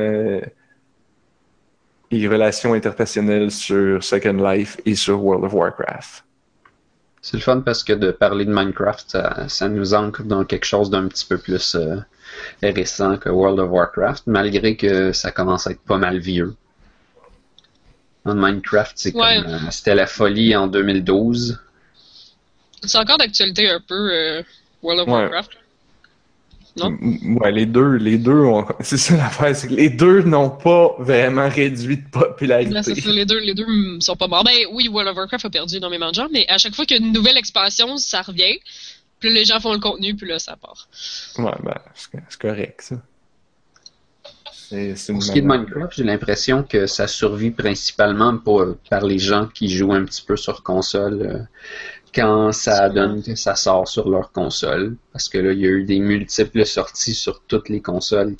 et relations interpersonnelles sur Second Life et sur World of Warcraft. C'est le fun parce que de parler de Minecraft, ça nous ancre dans quelque chose d'un petit peu plus récent que World of Warcraft, malgré que ça commence à être pas mal vieux. En Minecraft, c'est comme c'était la folie en 2012. C'est encore d'actualité un peu, World of Warcraft. Non? Ouais, les deux c'est ça l'affaire, c'est que les deux n'ont pas vraiment réduit de popularité. Là, c'est ça, les deux sont pas morts. Ben oui, World of Warcraft a perdu énormément de gens, mais à chaque fois qu'il y a une nouvelle expansion, ça revient. Puis là, les gens font le contenu, puis là, ça part. Ouais, ben, c'est correct, ça. Pour ce qui est de Minecraft, j'ai l'impression que ça survit principalement par les gens qui jouent un petit peu sur console quand ça donne que ça sort sur leur console. Parce que là, il y a eu des multiples sorties sur toutes les consoles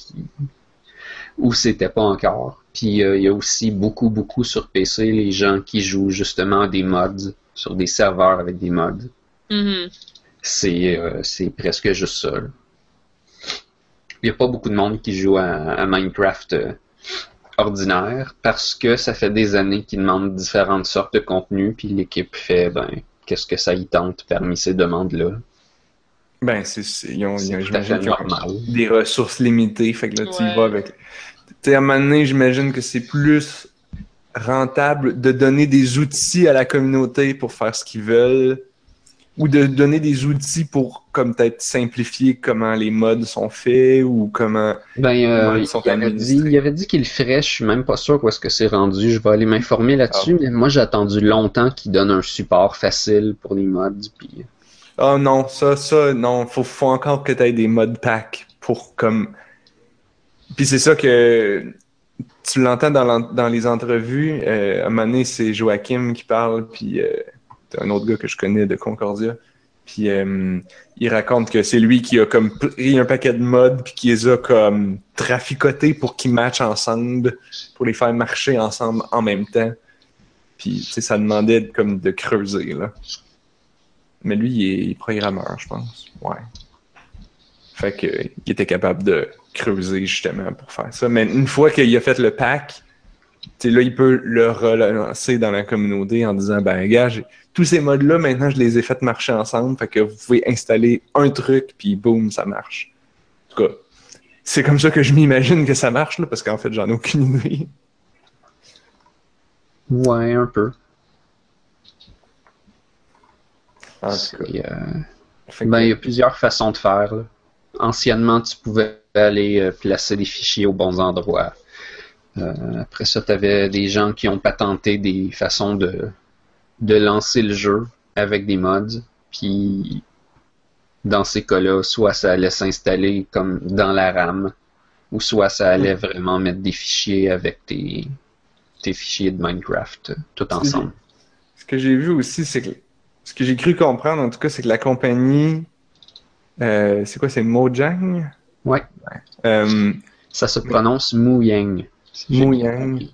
où c'était pas encore. Puis il y a aussi beaucoup sur PC les gens qui jouent justement à des mods sur des serveurs avec des mods. Mm-hmm. C'est presque juste ça. Là. Il n'y a pas beaucoup de monde qui joue à Minecraft ordinaire parce que ça fait des années qu'ils demandent différentes sortes de contenus, puis l'équipe fait, qu'est-ce que ça y tente parmi ces demandes-là? Ben, ils ont j'imagine qu'ils ont des ressources limitées, fait que là, tu y vas avec... Tu sais, à un moment donné, j'imagine que c'est plus rentable de donner des outils à la communauté pour faire ce qu'ils veulent, ou de donner des outils pour, comme peut-être, simplifier comment les mods sont faits ou comment ils sont administrés. Il avait dit qu'il le ferait, je suis même pas sûr où est-ce que c'est rendu. Je vais aller m'informer là-dessus, mais moi j'ai attendu longtemps qu'il donne un support facile pour les mods. Puis... Oh non, non, faut encore que tu aies des mod packs pour comme... Puis c'est ça que tu l'entends dans les entrevues. À un moment donné, c'est Joachim qui parle, puis... un autre gars que je connais de Concordia. Puis il raconte que c'est lui qui a comme pris un paquet de mods puis qui les a comme traficotés pour qu'ils matchent ensemble, pour les faire marcher ensemble en même temps. Puis tu sais, ça demandait comme de creuser là. Mais lui, il est programmeur, je pense. Ouais. Fait que il était capable de creuser justement pour faire ça. Mais une fois qu'il a fait le pack, tu sais, là, il peut le relancer dans la communauté en disant, ben, gars, tous ces modes-là, maintenant, je les ai fait marcher ensemble. Fait que vous pouvez installer un truc, puis boum, ça marche. En tout cas, c'est comme ça que je m'imagine que ça marche, là, parce qu'en fait, j'en ai aucune idée. Ouais, un peu. En tout cas. Il y a plusieurs façons de faire. Là. Anciennement, tu pouvais aller placer des fichiers aux bons endroits. Après ça, tu avais des gens qui ont patenté des façons de lancer le jeu avec des mods. Puis, dans ces cas-là, soit ça allait s'installer comme dans la RAM, ou soit ça allait vraiment mettre des fichiers avec tes fichiers de Minecraft tout ensemble. Ce que j'ai vu aussi, c'est que ce que j'ai cru comprendre, en tout cas, c'est que la compagnie... c'est quoi, c'est Mojang? Ouais. Ça se prononce Muyang. Muyang.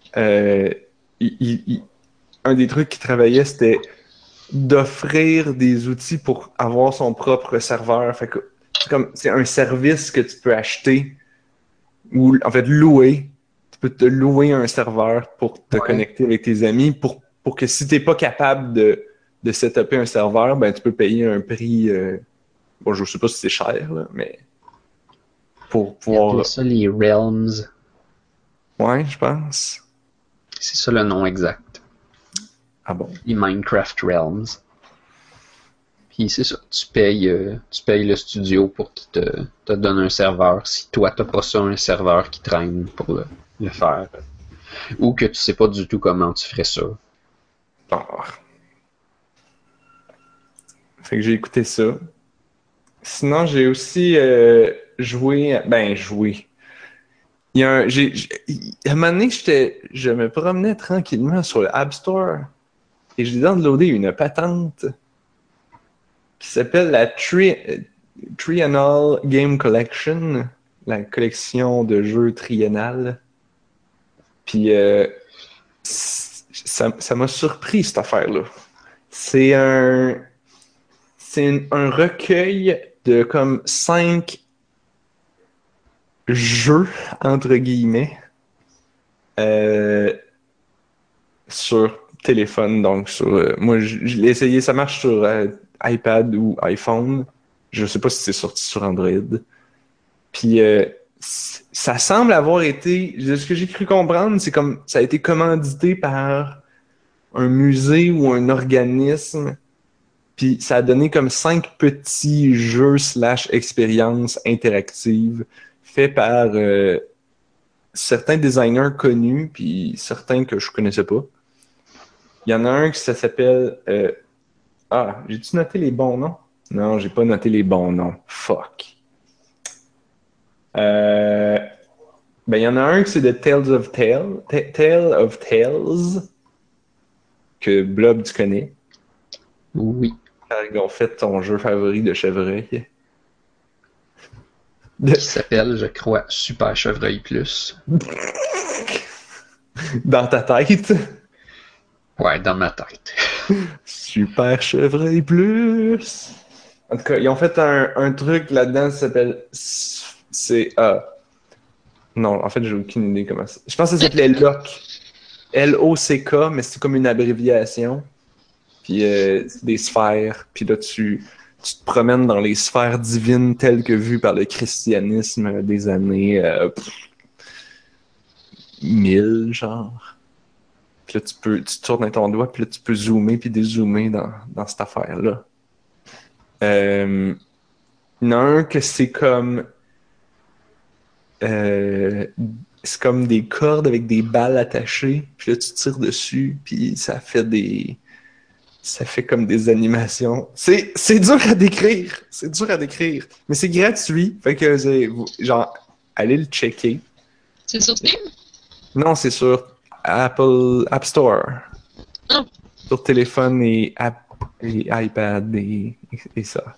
Un des trucs qu'il travaillait, c'était d'offrir des outils pour avoir son propre serveur. Fait que c'est un service que tu peux acheter ou en fait louer. Tu peux te louer un serveur pour te connecter avec tes amis pour que si t'es pas capable de setuper un serveur, ben tu peux payer un prix. Bon, je sais pas si c'est cher là, mais pour pouvoir. C'est ça les Realms. Ouais, je pense. C'est ça le nom exact. Ah bon? Les Minecraft Realms. Puis c'est ça, tu payes le studio pour qu'il te donne un serveur. Si toi, t'as pas ça, un serveur qui traîne pour le faire. Ou que tu sais pas du tout comment tu ferais ça. Ah. Fait que j'ai écouté ça. Sinon, j'ai aussi joué. Il y a à un moment donné, je me promenais tranquillement sur le App Store et j'ai downloadé une patente qui s'appelle la Triennial Game Collection, la collection de jeux triennale. Puis ça m'a surpris cette affaire-là. C'est un recueil de comme 5 jeux, entre guillemets, sur téléphone. Donc, moi, je l'ai essayé, ça marche sur iPad ou iPhone. Je sais pas si c'est sorti sur Android. Puis, ça semble avoir été, ce que j'ai cru comprendre, c'est comme ça a été commandité par un musée ou un organisme. Puis, ça a donné comme 5 petits jeux / expériences interactives faits par certains designers connus, puis certains que je connaissais pas. Il y en a un qui ça s'appelle... j'ai-tu noté les bons noms? Non, j'ai pas noté les bons noms. Fuck. Il y en a un qui c'est de Tale of Tales, que Blob, tu connais. Oui. Ils ont fait ton jeu favori de chevreuil. Qui s'appelle, je crois, Super Chevreuil Plus. Dans ta tête. Ouais, dans ma tête. Super Chevreuil Plus. En tout cas, ils ont fait un truc là-dedans qui s'appelle CA. Non, en fait, j'ai aucune idée comment ça. Je pense que ça s'appelait LOCK. LOCK, mais c'est comme une abréviation. Puis c'est des sphères. Puis là, tu te promènes dans les sphères divines telles que vues par le christianisme des années 1000, genre. Puis là, tu tournes avec ton doigt, puis là, tu peux zoomer puis dézoomer dans cette affaire-là. Il y en a un que c'est comme des cordes avec des balles attachées, puis là, tu tires dessus, puis ça fait comme des animations. C'est dur à décrire. C'est dur à décrire. Mais c'est gratuit. Fait que, genre, allez le checker. C'est sur Steam? Non, c'est sur Apple App Store. Oh. Sur téléphone et iPad et ça.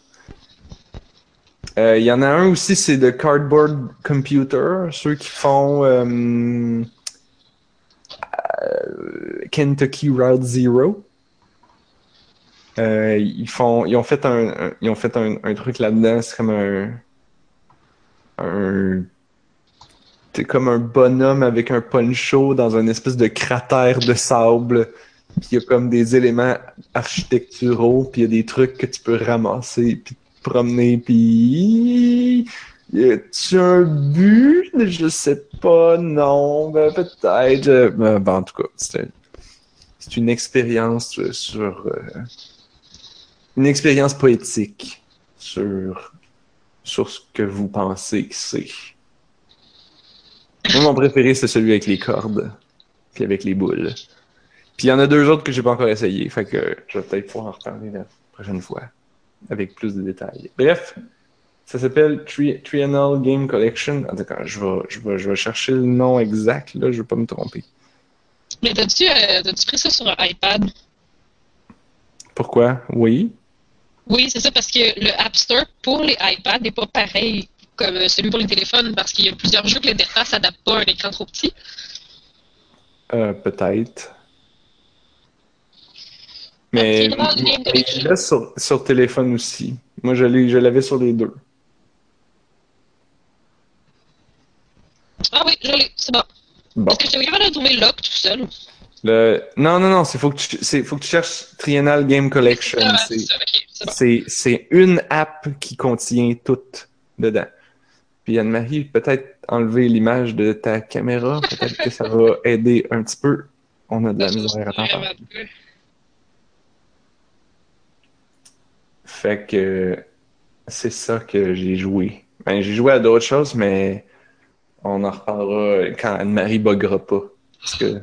Il y en a un aussi, c'est de Cardboard Computer, ceux qui font Kentucky Route Zero. Ils ont fait un truc là-dedans, c'est comme c'est comme un bonhomme avec un poncho dans une espèce de cratère de sable. Puis il y a comme des éléments architecturaux, puis il y a des trucs que tu peux ramasser, puis te promener, puis... Y a-tu un but? Je sais pas, non, peut-être. En tout cas, c'est une expérience une expérience poétique sur ce que vous pensez que c'est. Moi, mon préféré, c'est celui avec les cordes, puis avec les boules. Puis il y en a 2 autres que j'ai pas encore essayé, fait que je vais peut-être pouvoir en reparler la prochaine fois, avec plus de détails. Bref, ça s'appelle Triennial Game Collection. En tout cas, je vais chercher le nom exact, là, je vais pas me tromper. Mais t'as-tu pris ça sur un iPad? Pourquoi? Oui. Oui, c'est ça, parce que le App Store pour les iPads n'est pas pareil comme celui pour les téléphones, parce qu'il y a plusieurs jeux que l'interface s'adapte pas à un écran trop petit. Peut-être. Mais là, sur téléphone aussi. Moi, je l'avais sur les 2. Ah oui, je l'ai, c'est bon. Bon. Est-ce que tu es capable de trouver Lock tout seul? Non, faut que tu cherches Triennial Game Collection. C'est ça, ok, c'est bon. C'est une app qui contient tout dedans. Puis Anne-Marie, peut-être enlever l'image de ta caméra, peut-être que ça va aider un petit peu. On a de la misère à t'entendre. Fait que c'est ça que j'ai joué. Ben, j'ai joué à d'autres choses, mais on en reparlera quand Anne-Marie buggera pas. Parce que...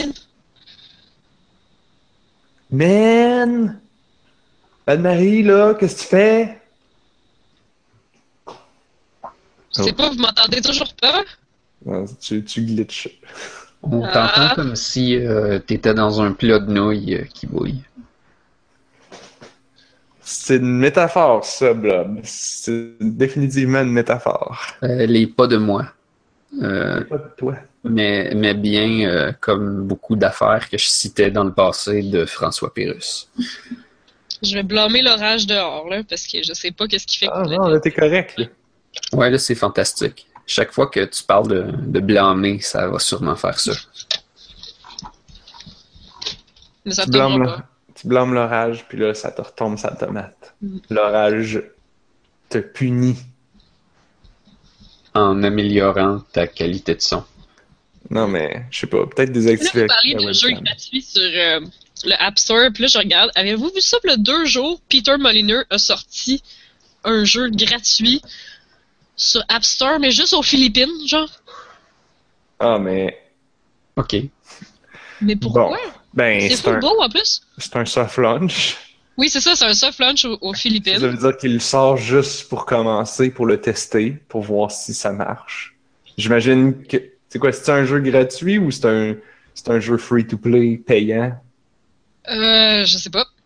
Man! Anne-Marie, là, qu'est-ce que tu fais? Je sais pas, vous m'entendez toujours pas? Non, tu glitches. On t'entend comme si t'étais dans un plat de nouilles qui bouille. C'est une métaphore, ça, Blob. C'est définitivement une métaphore. Les pas de moi. C'est pas de toi. Mais bien comme beaucoup d'affaires que je citais dans le passé de François Pérus. Je vais blâmer l'orage dehors, là, parce que je sais pas qu'est-ce qui fait Ah que... non, là, t'es correct. Là. Ouais, là, c'est fantastique. Chaque fois que tu parles de blâmer, ça va sûrement faire ça. Mais ça Tu tombera blâmes, pas. tu blâmes l'orage, puis là, ça te retombe sa tomate. L'orage te punit. En améliorant ta qualité de son. Non, mais je sais pas, peut-être Là, désactiver vous parliez la de jeux webcam. gratuits sur le App Store, puis là, je regarde. Avez-vous vu ça, le 2 jours, Peter Molyneux a sorti un jeu gratuit sur App Store, mais juste aux Philippines, genre? Ah, mais OK. Mais pourquoi? bon, ben, C'est full beau, en plus. c'est un soft launch. Oui, c'est ça, c'est un soft launch aux Ça Philippines. veut dire qu'il le sort juste pour commencer, pour le tester, pour voir si ça marche. J'imagine que... C'est quoi, c'est un jeu gratuit ou c'est un jeu free-to-play payant? Je sais pas.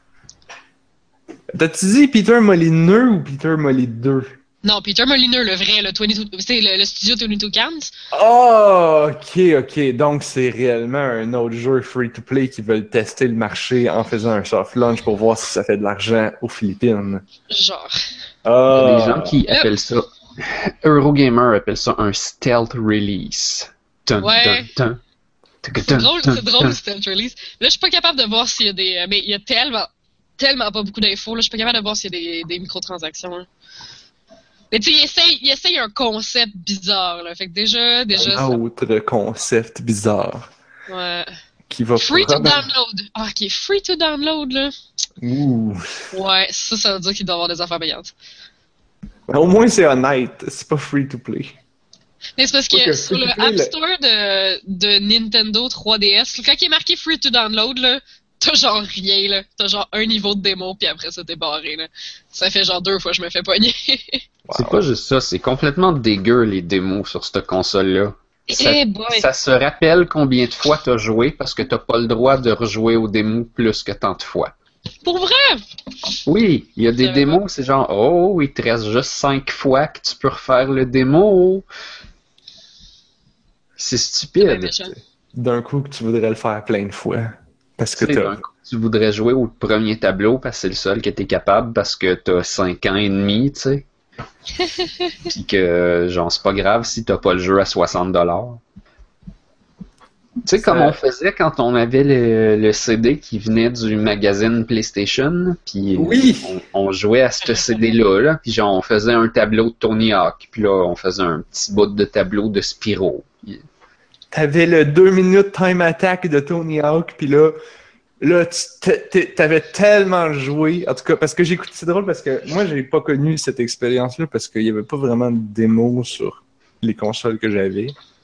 T'as-tu dit Peter Molyneux ou Peter Molyneux? Non, Peter Molyneux, le vrai, c'est le studio 22 Cans. Oh, ok. Donc, c'est réellement un autre jeu free-to-play qui veulent tester le marché en faisant un soft launch pour voir si ça fait de l'argent aux Philippines. Genre. Il y a des gens Ah, qui Là- appellent ça... Eurogamer appelle ça un stealth release. Dun, Ouais. dun, dun. C'est drôle, Stealth Release. Là, je suis pas capable de voir s'il y a des... Mais il y a tellement pas beaucoup d'infos, là, je suis pas capable de voir s'il y a des microtransactions, là. Mais tu sais, il essaye un concept bizarre, là. Fait que déjà, un ça... autre concept bizarre Ouais. qui va Free to probablement... download. Ah, ok, free to download, là. Ouh. Ouais, ça veut dire qu'il doit y avoir des affaires payantes. Au moins, c'est honnête. C'est pas free-to-play. Mais c'est parce Faut que que sur le free-to-play, App Store de Nintendo 3DS, quand il est marqué free to download, là, t'as genre rien, là. T'as genre un niveau de démo, puis après ça, t'es barré, là. Ça fait genre 2 fois que je me fais pogner. C'est pas juste ça, c'est complètement dégueu les démos sur cette console-là. Eh boy! Ça se rappelle combien de fois t'as joué parce que t'as pas le droit de rejouer aux démos plus que tant de fois. Pour vrai? Oui, il y a des savais démos, c'est genre, oh, il te reste juste 5 fois que tu peux refaire le démo. C'est Ouais, stupide. méchant. D'un coup, que tu voudrais le faire plein de fois. Parce que Tu sais, t'as... d'un coup, tu voudrais jouer au premier tableau parce que c'est le seul que t'es capable parce que t'as 5 ans et demi, tu sais. Puis que, genre, c'est pas grave si t'as pas le jeu à 60$. Tu sais, comme on faisait quand on avait le CD qui venait du magazine PlayStation, puis Oui! on jouait à ce CD-là, là, puis genre, on faisait un tableau de Tony Hawk, puis là, on faisait un petit bout de tableau de Spyro. Puis- T'avais le 2 minutes time attack de Tony Hawk, puis là, t'avais tellement joué. En tout cas, parce que j'écoute, c'est drôle parce que moi, j'ai pas connu cette expérience-là parce qu'il y avait pas vraiment de démo sur les consoles que j'avais.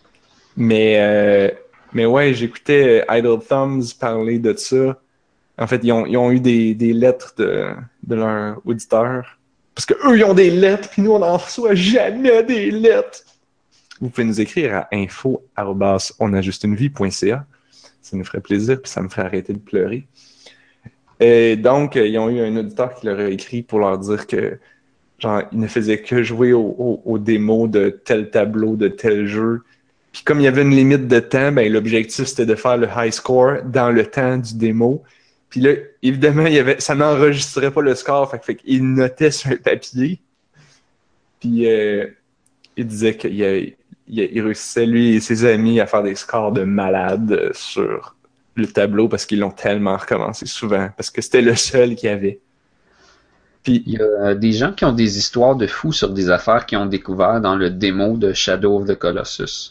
Mais ouais, j'écoutais Idle Thumbs parler de ça. En fait, ils ont eu des lettres de leurs auditeurs. Parce que eux, ils ont des lettres, puis nous, on n'en reçoit jamais des lettres. Vous pouvez nous écrire à info@onajustunevie.ca. Ça nous ferait plaisir, puis ça me ferait arrêter de pleurer. Et donc, ils ont eu un auditeur qui leur a écrit pour leur dire que, genre, ils ne faisaient que jouer aux démos de tel tableau, de tel jeu. Puis comme il y avait une limite de temps, ben l'objectif, c'était de faire le high score dans le temps du démo. Puis là, évidemment, ça n'enregistrait pas le score, fait qu'il notait sur un papier. Puis il disait qu'il réussissait, lui et ses amis, à faire des scores de malade sur le tableau parce qu'ils l'ont tellement recommencé souvent, parce que c'était le seul qu'il y avait. Puis, Il y a des gens qui ont des histoires de fous sur des affaires qu'ils ont découvert dans le démo de Shadow of the Colossus.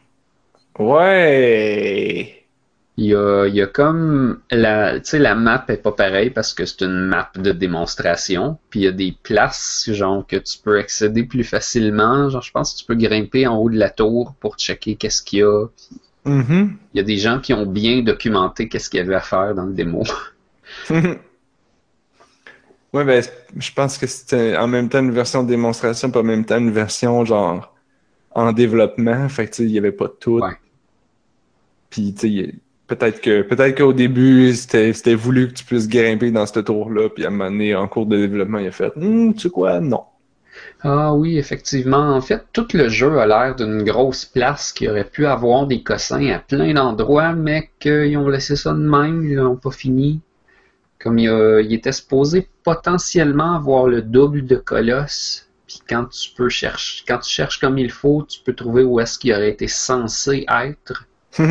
ouais! Il y a comme tu sais, la map est pas pareille parce que c'est une map de démonstration. Puis il y a des places genre que tu peux accéder plus facilement. Genre, je pense que tu peux grimper en haut de la tour pour checker qu'est-ce qu'il y a. Mm-hmm. Il y a des gens qui ont bien documenté qu'est-ce qu'il y avait à faire dans le démo. Ouais, ben, je pense que c'était en même temps une version de démonstration, pas en même temps une version genre en développement, fait que tu sais, il y avait pas tout. Ouais. Puis tu sais, peut-être qu'au début, c'était voulu que tu puisses grimper dans ce tour-là, puis à un moment donné, en cours de développement, il a fait tu sais quoi, non. Ah oui, effectivement. En fait, tout le jeu a l'air d'une grosse place qui aurait pu avoir des cossins à plein d'endroits, mais qu'ils ont laissé ça de même, ils n'ont pas fini. Comme il était supposé potentiellement avoir le double de Colosse, puis quand tu cherches comme il faut, tu peux trouver où est-ce qu'il aurait été censé être.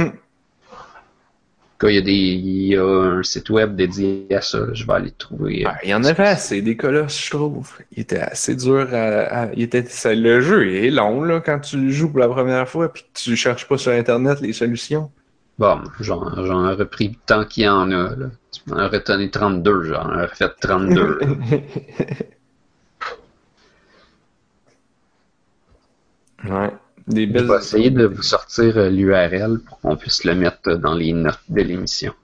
Il y a un site web dédié à ça, je vais aller le trouver. Il y en avait assez des colosses, je trouve. Il était assez dur le jeu est long là, quand tu le joues pour la première fois puis que tu cherches pas sur Internet les solutions. Bon, j'en aurais pris tant qu'il y en a, là. Tu m'en aurais donné 32, j'en aurais fait 32. Ouais. Des Je belles... vais essayer de vous sortir l'URL pour qu'on puisse le mettre dans les notes de l'émission.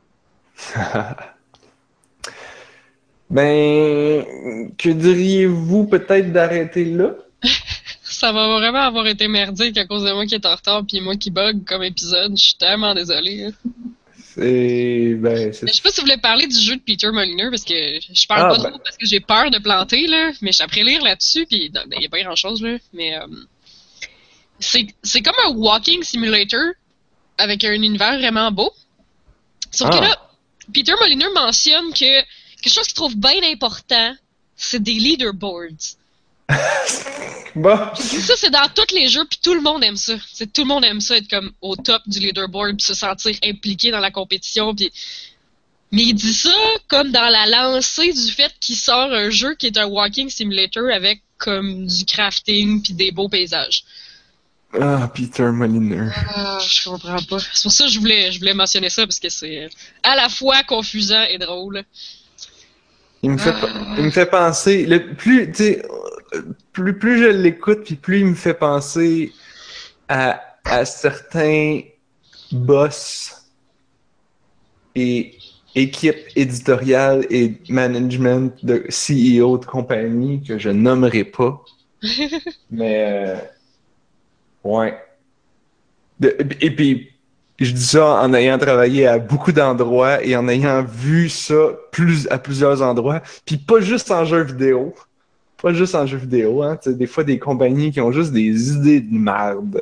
Ben, que diriez-vous peut-être d'arrêter là? Ça va vraiment avoir été merdique à cause de moi qui est en retard puis moi qui bug comme épisode. Je suis tellement désolée. Ben, Je sais pas si vous voulez parler du jeu de Peter Molyneux parce que je parle pas trop parce que j'ai peur de planter là, mais je suis après lire là-dessus puis il y a pas grand chose là, mais c'est comme un walking simulator avec un univers vraiment beau. Sauf que là, Peter Molyneux mentionne que quelque chose qu'il trouve bien important, c'est des leaderboards. Bon. Ça, c'est dans tous les jeux, puis tout le monde aime ça. Tout le monde aime ça, être comme au top du leaderboard, puis se sentir impliqué dans la compétition. Puis... Mais il dit ça comme dans la lancée du fait qu'il sort un jeu qui est un walking simulator avec comme du crafting puis des beaux paysages. Ah, Peter Molyneux. Je comprends pas. C'est pour ça que je voulais mentionner ça, parce que c'est à la fois confusant et drôle. Il me fait penser... Plus je l'écoute, puis plus il me fait penser à certains boss et équipe éditoriale et management de CEO de compagnie que je nommerai pas. Mais ouais. Et puis je dis ça en ayant travaillé à beaucoup d'endroits et en ayant vu ça à plusieurs endroits, puis pas juste en jeux vidéo. Pas juste en jeux vidéo, hein. T'sais, des fois des compagnies qui ont juste des idées de merde.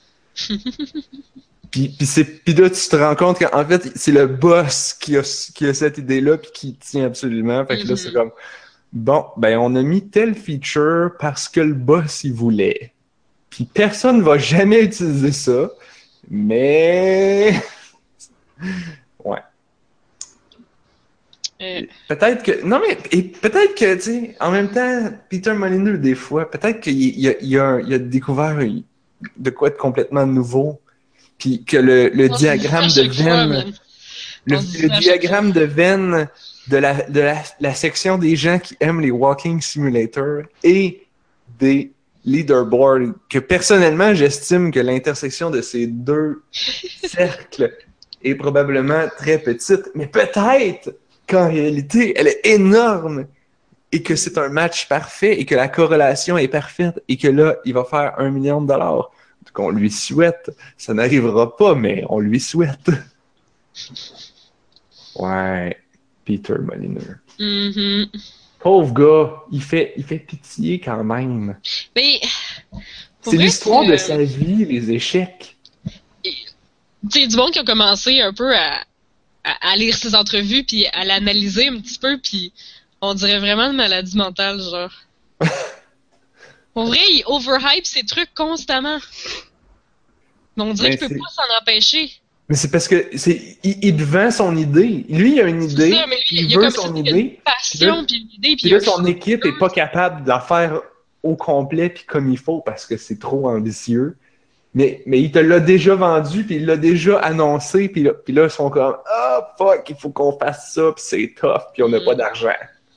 Puis là, tu te rends compte qu'en fait, c'est le boss qui a cette idée-là puis qui tient absolument. Fait que là, c'est comme, bon, ben on a mis tel feature parce que le boss, il voulait. Puis personne va jamais utiliser ça, mais... ouais. Peut-être que... Non, mais peut-être que, tu sais, en même temps, Peter Molyneux, des fois, peut-être qu'il a découvert de quoi être complètement nouveau. Puis que le diagramme de Venn, le diagramme de Venn de la section des gens qui aiment les walking simulators et des leaderboards, que personnellement, j'estime que l'intersection de ces deux cercles est probablement très petite, mais peut-être qu'en réalité, elle est énorme et que c'est un match parfait et que la corrélation est parfaite et que là, il va faire $1 million. Qu'on lui souhaite. Ça n'arrivera pas, mais on lui souhaite. Ouais. Peter Molyneux. Pauvre gars, il fait pitié quand même. Mais, c'est l'histoire de sa vie, les échecs. Tu sais, du monde qui a commencé un peu à lire ses entrevues puis à l'analyser un petit peu, puis on dirait vraiment une maladie mentale, genre. Pour vrai, il overhype ses trucs constamment. Mais on dirait qu'il peut pas s'en empêcher. Mais c'est parce que il te vend son idée. Lui, il a une idée. Ça, mais lui, il veut son idée. Une passion, puis une idée. Puis là, son équipe est pas capable de la faire au complet puis comme il faut parce que c'est trop ambitieux. Mais il te l'a déjà vendu, puis il l'a déjà annoncé, puis là, ils sont comme « Ah, fuck, il faut qu'on fasse ça, puis c'est tough, puis on n'a pas d'argent. »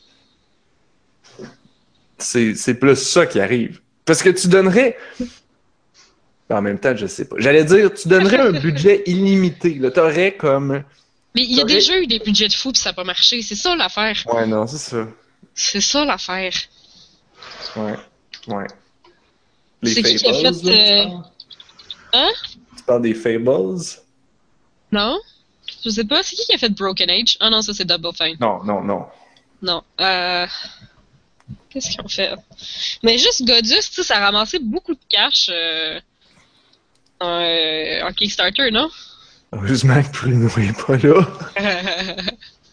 C'est plus ça qui arrive. Parce que tu donnerais... En même temps, je sais pas. J'allais dire, tu donnerais un budget illimité. Là, t'aurais comme... Mais il y a déjà eu des budgets de fou, puis ça n'a pas marché. C'est ça, l'affaire. Ouais, non, c'est ça. C'est ça, l'affaire. Ouais. Les C'est qui a Fables, fait... là, tu parles? Hein? Tu parles des Fables? Non? Je sais pas, c'est qui a fait Broken Age? Ah non, ça c'est Double Fine. Non, non, non. Non. Qu'est-ce qu'ils ont fait? Mais juste Godus, tu sais, ça a ramassé beaucoup de cash en Kickstarter, non? Heureusement que Bruno est pas là.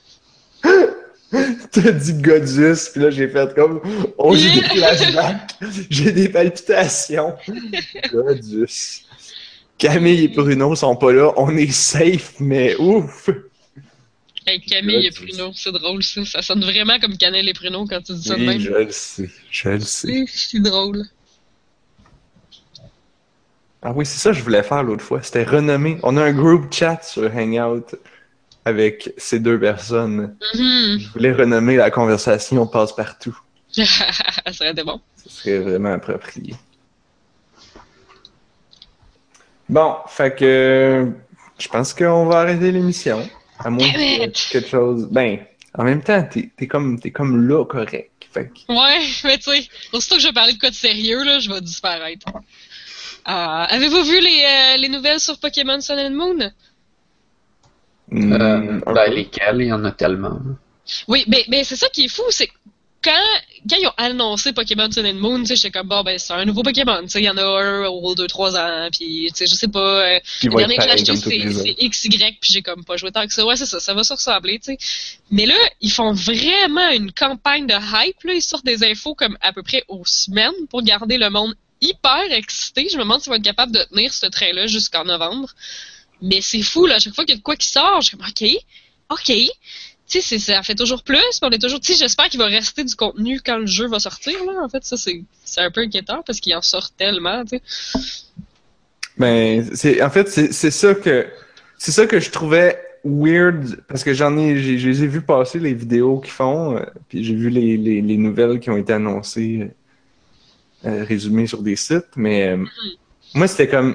T'as dit Godus, puis là j'ai fait comme oh j'ai des flashbacks, j'ai des palpitations. Godus. Camille et Bruno sont pas là, on est safe, mais ouf! Hey, Camille et Pruneau, c'est drôle ça. Ça sonne vraiment comme Cannelle et Pruneau quand tu dis ça de Oui, même. je le sais, je le sais. C'est drôle. Ah oui, c'est ça que je voulais faire l'autre fois, c'était renommer. On a un group chat sur Hangout avec ces deux personnes. Mhm. Je voulais renommer la conversation passe-partout. Ça aurait été bon. Ce serait vraiment approprié. Bon, fait que je pense qu'on va arrêter l'émission. À moins Damn qu'il y ait it! quelque chose. Ben, en même temps, t'es comme là correct. Fait que... Ouais, mais tu sais, aussitôt que je vais parler de cas de sérieux, là, je vais disparaître. Avez-vous vu les nouvelles sur Pokémon Sun and Moon? un peu. Lesquels? Il y en a tellement. Oui, mais c'est ça qui est fou, c'est que quand ils ont annoncé Pokémon Sun and Moon, tu sais, j'étais comme, bon, ben, c'est un nouveau Pokémon, tu sais, il y en a un aux 2-3 ans, puis, tu sais, je sais pas, Il le va dernier être que j'ai pareil acheté, comme tous les c'est autres. XY, puis j'ai comme pas joué tant que ça. Ouais, c'est ça va se ressembler, tu sais. Mais là, ils font vraiment une campagne de hype, là, ils sortent des infos comme à peu près aux semaines pour garder le monde hyper excité. Je me demande s'ils vont être capables de tenir ce train-là jusqu'en novembre. Mais c'est fou, là, à chaque fois qu'il y a de quoi qui sort, je suis comme, ok. Tu sais, ça fait toujours plus, puis on est toujours, tu sais, j'espère qu'il va rester du contenu quand le jeu va sortir, là. En fait, ça, c'est un peu inquiétant parce qu'il en sort tellement, tu sais. Ben, c'est ça que je trouvais weird parce que je les ai vus passer les vidéos qu'ils font, puis j'ai vu les nouvelles qui ont été annoncées, résumées sur des sites, mais moi j'étais comme,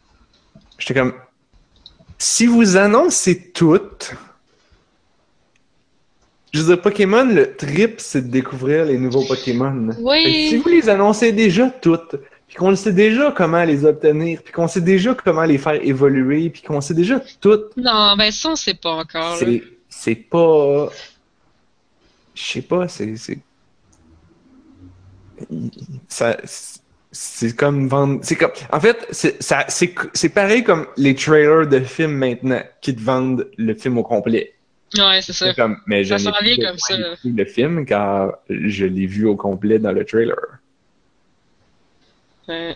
si vous annoncez toutes, je veux dire, Pokémon, le trip, c'est de découvrir les nouveaux Pokémon. Oui. Fait que si vous les annoncez déjà toutes, puis qu'on sait déjà comment les obtenir, puis qu'on sait déjà comment les faire évoluer, puis qu'on sait déjà toutes, Non, ben ça, on sait pas encore, là. c'est pas... Je sais pas, ça, c'est comme vendre... C'est comme... En fait, c'est pareil comme les trailers de films maintenant qui te vendent le film au complet. Ouais, c'est ça. C'est comme, mais je Ça n'ai s'en vient plus comme besoin ça. d'écouter le film car je l'ai vu au complet dans le trailer. Ouais.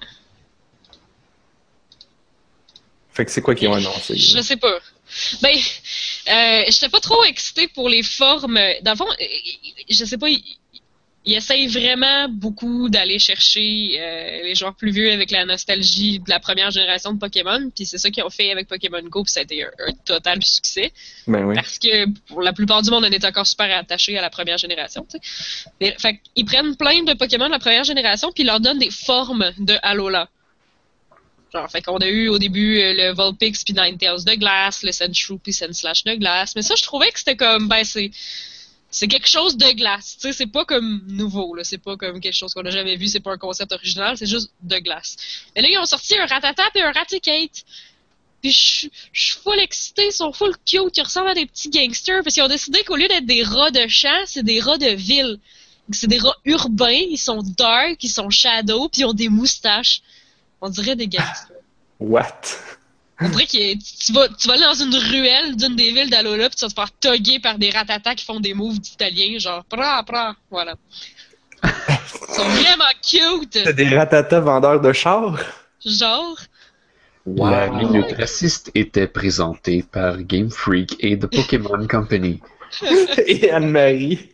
Fait que c'est quoi qu'ils ont annoncé? Je sais pas. Ben, j'étais pas trop excitée pour les formes. Dans le fond, je sais pas, ils essayent vraiment beaucoup d'aller chercher les joueurs plus vieux avec la nostalgie de la première génération de Pokémon. Puis c'est ça qu'ils ont fait avec Pokémon Go, puis ça a été un total succès. Ben oui. Parce que pour la plupart du monde, on est encore super attaché à la première génération. Tu sais. Mais, fait ils prennent plein de Pokémon de la première génération, puis ils leur donnent des formes de Alola. Genre, fait qu'on a eu au début le Vulpix puis Ninetales de glace, le Sandshrew puis Sandslash de glace. Mais ça, je trouvais que c'était comme, ben c'est quelque chose de glace. Tu sais, c'est pas comme nouveau, là. C'est pas comme quelque chose qu'on a jamais vu. C'est pas un concept original. C'est juste de glace. Mais là, ils ont sorti un Rattata et un Raticate. Puis je suis full excitée. Ils sont full cute. Ils ressemblent à des petits gangsters. Parce qu'ils ont décidé qu'au lieu d'être des rats de champ, c'est des rats de ville. C'est des rats urbains. Ils sont dark. Ils sont shadow. Puis ils ont des moustaches. On dirait des gangsters. What? On dirait que tu vas aller dans une ruelle d'une des villes d'Alola puis tu vas te faire tugger par des ratatas qui font des moves d'Italiens, genre pra, voilà. Ils sont vraiment cute! C'est des ratatas vendeurs de chars? Genre. La minute raciste était présentée par Game Freak et The Pokémon Company. Et Anne-Marie.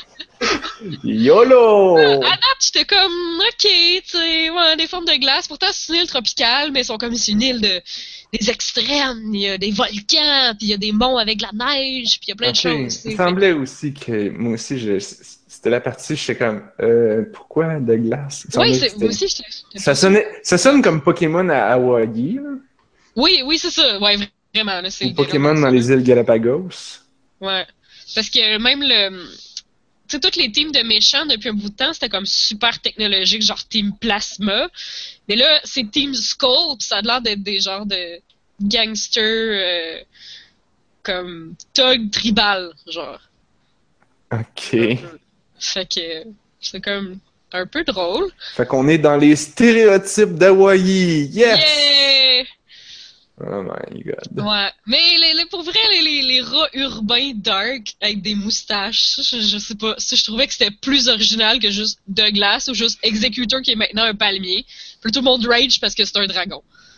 YOLO! À date, j'étais comme, ok, tu sais, ouais, des formes de glace. Pourtant, c'est une île tropicale, mais ils sont comme une île des extrêmes. Il y a des volcans, puis il y a des monts avec de la neige, puis il y a plein de choses. Il semblait aussi que, moi aussi, c'était la partie, j'étais comme, pourquoi de glace? Oui, moi aussi, j'étais ça sonne comme Pokémon à Hawaii, là. Oui, c'est ça, ouais, vraiment. Là, c'est Ou Pokémon dans les îles Galapagos. Ouais. Parce que même tu sais, toutes les teams de méchants depuis un bout de temps, c'était comme super technologique, genre Team Plasma. Mais là, c'est Team Skull, pis ça a l'air d'être des genres de gangsters comme thug tribal, genre. Ok. Fait que c'est comme un peu drôle. Fait qu'on est dans les stéréotypes d'Hawaii. Yes! Yeah! Oh my god. Ouais. Mais pour vrai, les rats urbains dark avec des moustaches, je sais pas. Ça, je trouvais que c'était plus original que juste Douglas ou juste Executor qui est maintenant un palmier. Puis tout le monde rage parce que c'est un dragon.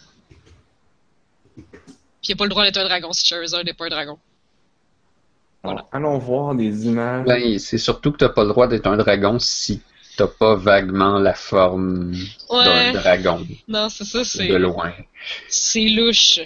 Puis il a pas le droit d'être un dragon si Charizard n'est pas un dragon. Voilà. Bon, allons voir des images. Ben, c'est surtout que t'as pas le droit d'être un dragon si t'as pas vaguement la forme d'un dragon. Non, c'est ça, c'est. De loin. C'est louche.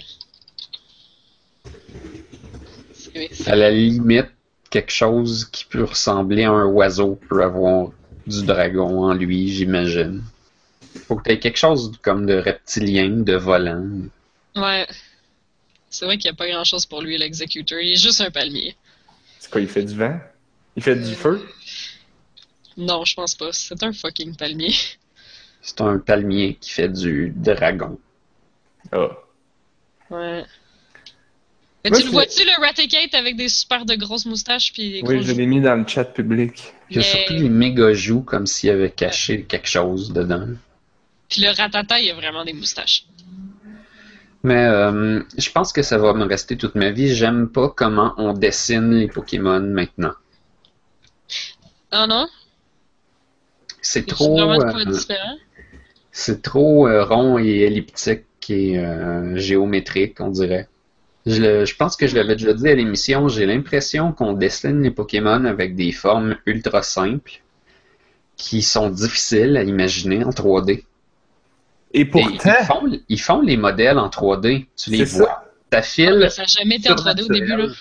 À la limite, quelque chose qui peut ressembler à un oiseau peut avoir du dragon en lui, j'imagine. Faut que t'aies quelque chose comme de reptilien, de volant. Ouais. C'est vrai qu'il n'y a pas grand chose pour lui, l'exécuteur. Il est juste un palmier. C'est quoi, il fait du vent? Il fait du feu? Non, je pense pas. C'est un fucking palmier. C'est un palmier qui fait du dragon. Ah. Ouais. Mais Moi, tu le vois-tu, le Raticate avec des super de grosses moustaches pis des Oui, gros je l'ai mis dans le chat public. Il y a surtout des méga joues comme s'il avait caché quelque chose dedans. Puis le Ratata, il a vraiment des moustaches. Mais je pense que ça va me rester toute ma vie. J'aime pas comment on dessine les Pokémon maintenant. Ah non? C'est trop, vraiment de quoi différent? c'est trop rond et elliptique et géométrique, on dirait. Je pense que je l'avais déjà dit à l'émission, j'ai l'impression qu'on dessine les Pokémon avec des formes ultra simples qui sont difficiles à imaginer en 3D. Et pourtant... Ils font les modèles en 3D, tu les C'est vois. ça. Ta file. Mais ça n'a jamais été en 3D au début, là.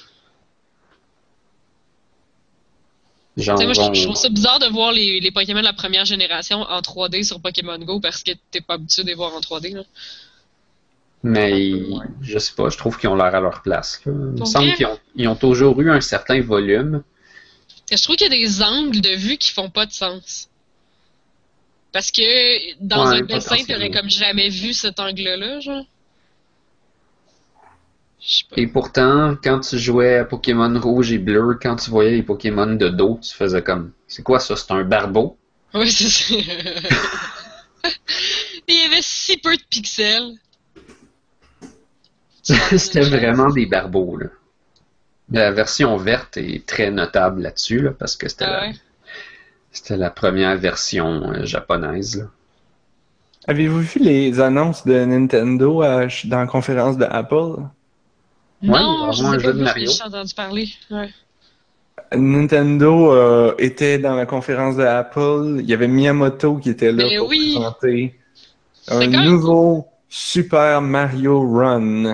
Genre, Moi, je trouve ça bizarre de voir les Pokémon de la première génération en 3D sur Pokémon Go parce que t'es pas habitué de les voir en 3D. Là. Mais je sais pas, je trouve qu'ils ont l'air à leur place. Là. Il me semble Okay. qu'ils ont toujours eu un certain volume. Et je trouve qu'il y a des angles de vue qui font pas de sens. Parce que dans Ouais, un dessin, t'aurais potentiellement. comme jamais vu cet angle-là, genre. Je sais pas. Et pourtant, quand tu jouais à Pokémon rouge et bleu, quand tu voyais les Pokémon de dos, tu faisais comme, c'est quoi ça, c'est un barbeau? Oui, c'est ça. Il y avait si peu de pixels. C'était vraiment des barbeaux, là. La version verte est très notable là-dessus, là, parce que c'était c'était la première version japonaise, là. Avez-vous vu les annonces de Nintendo dans la conférence de Apple? Non, Ouais, je vraiment un sais jeu pas de vu, Mario. j'ai entendu parler. Ouais. Nintendo était dans la conférence de Apple. Il y avait Miyamoto qui était là Mais pour oui. présenter C'est un quand même nouveau Super Mario Run.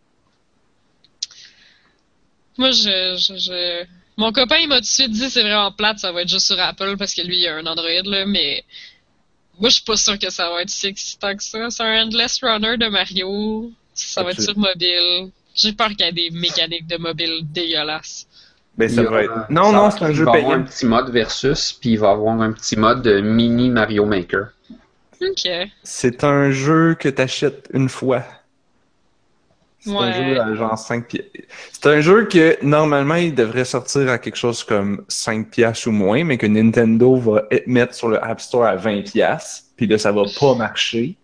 Moi, mon copain, il m'a tout de suite dit c'est vraiment plate, ça va être juste sur Apple parce que lui, il a un Android, là, mais moi, je suis pas sûr que ça va être si excitant que ça. C'est un Endless Runner de Mario. Ça va être sur mobile. J'ai peur qu'il y ait des mécaniques de mobile dégueulasses. Ben, ça Il y va a- être... Non, non, c'est un jeu Il va avoir un payant. petit mode versus, puis il va avoir un petit mode mini Mario Maker. Ok. C'est un jeu que t'achètes une fois. C'est un Ouais. jeu à genre 5 pièces. C'est un jeu que, normalement, il devrait sortir à quelque chose comme 5 pièces ou moins, mais que Nintendo va mettre sur le App Store à 20 pièces, puis là, ça va pas marcher.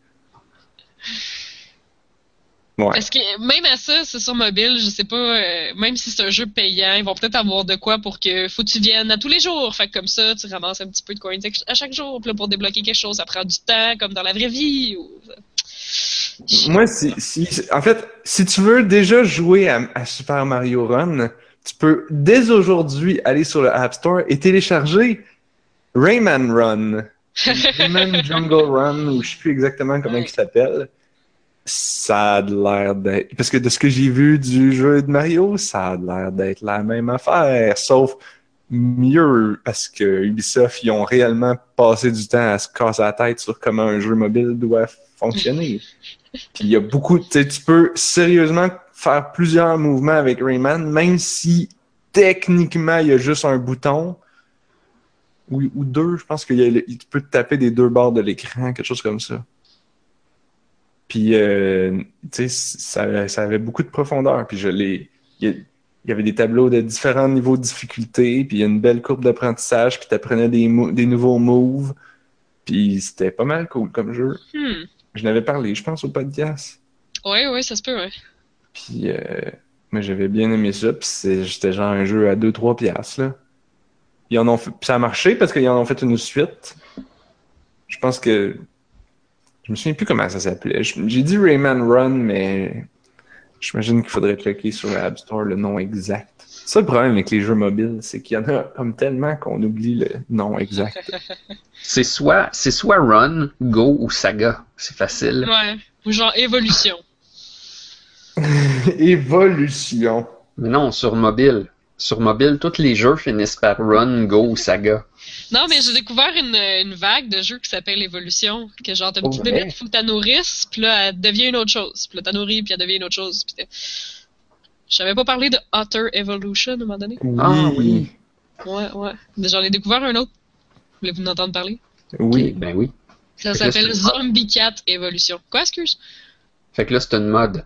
Ouais. Parce que même à ça, c'est sur mobile, je sais pas, même si c'est un jeu payant, ils vont peut-être avoir de quoi pour que faut que tu viennes à tous les jours. Fait que comme ça, tu ramasses un petit peu de coins à chaque jour. Puis là, pour débloquer quelque chose, ça prend du temps, comme dans la vraie vie. Moi, en fait, si tu veux déjà jouer à Super Mario Run, tu peux dès aujourd'hui aller sur le App Store et télécharger Rayman Run. Rayman Jungle Run, ou je sais plus exactement comment il s'appelle. Ça a l'air d'être... Parce que de ce que j'ai vu du jeu de Mario, ça a l'air d'être la même affaire, sauf mieux, parce que Ubisoft, ils ont réellement passé du temps à se casser la tête sur comment un jeu mobile doit fonctionner. Puis il y a beaucoup... Tu peux sérieusement faire plusieurs mouvements avec Rayman, même si techniquement, il y a juste un bouton. ou deux, je pense tu peux te taper des deux bords de l'écran, quelque chose comme ça. Puis, tu sais, ça avait beaucoup de profondeur. Puis il y avait des tableaux de différents niveaux de difficulté, puis il y a une belle courbe d'apprentissage, puis tu apprenais des nouveaux moves. Puis c'était pas mal cool comme jeu. Je n'avais parlé, je pense, au podcast. Ouais, ça se peut, ouais. Puis, moi, j'avais bien aimé ça, puis c'était genre un jeu à 2-3 piastres, là. Puis ça a marché parce qu'ils en ont fait une suite. Je pense que... Je me souviens plus comment ça s'appelait. J'ai dit Rayman Run, mais j'imagine qu'il faudrait checker sur l'App Store le nom exact. C'est ça le problème avec les jeux mobiles, c'est qu'il y en a comme tellement qu'on oublie le nom exact. C'est soit Run, Go ou Saga. C'est facile. Ouais. Ou genre Évolution. Évolution. Mais non, sur mobile. Sur mobile, tous les jeux finissent par Run, Go ou Saga. Non, mais j'ai découvert une vague de jeux qui s'appelle Évolution. Que genre, t'as une petite bébête, faut que t'as nourrisses, puis là, elle devient une autre chose. Puis là, t'as nourri, puis elle devient une autre chose. Puis je savais pas parler de Otter Evolution à un moment donné. Ah oui. Ouais. Mais j'en ai découvert un autre. Voulez-vous en entendre parler? Oui. Okay, ben oui. Ça s'appelle Zombie Cat Evolution. Quoi, excuse? Fait que là, c'est une mode.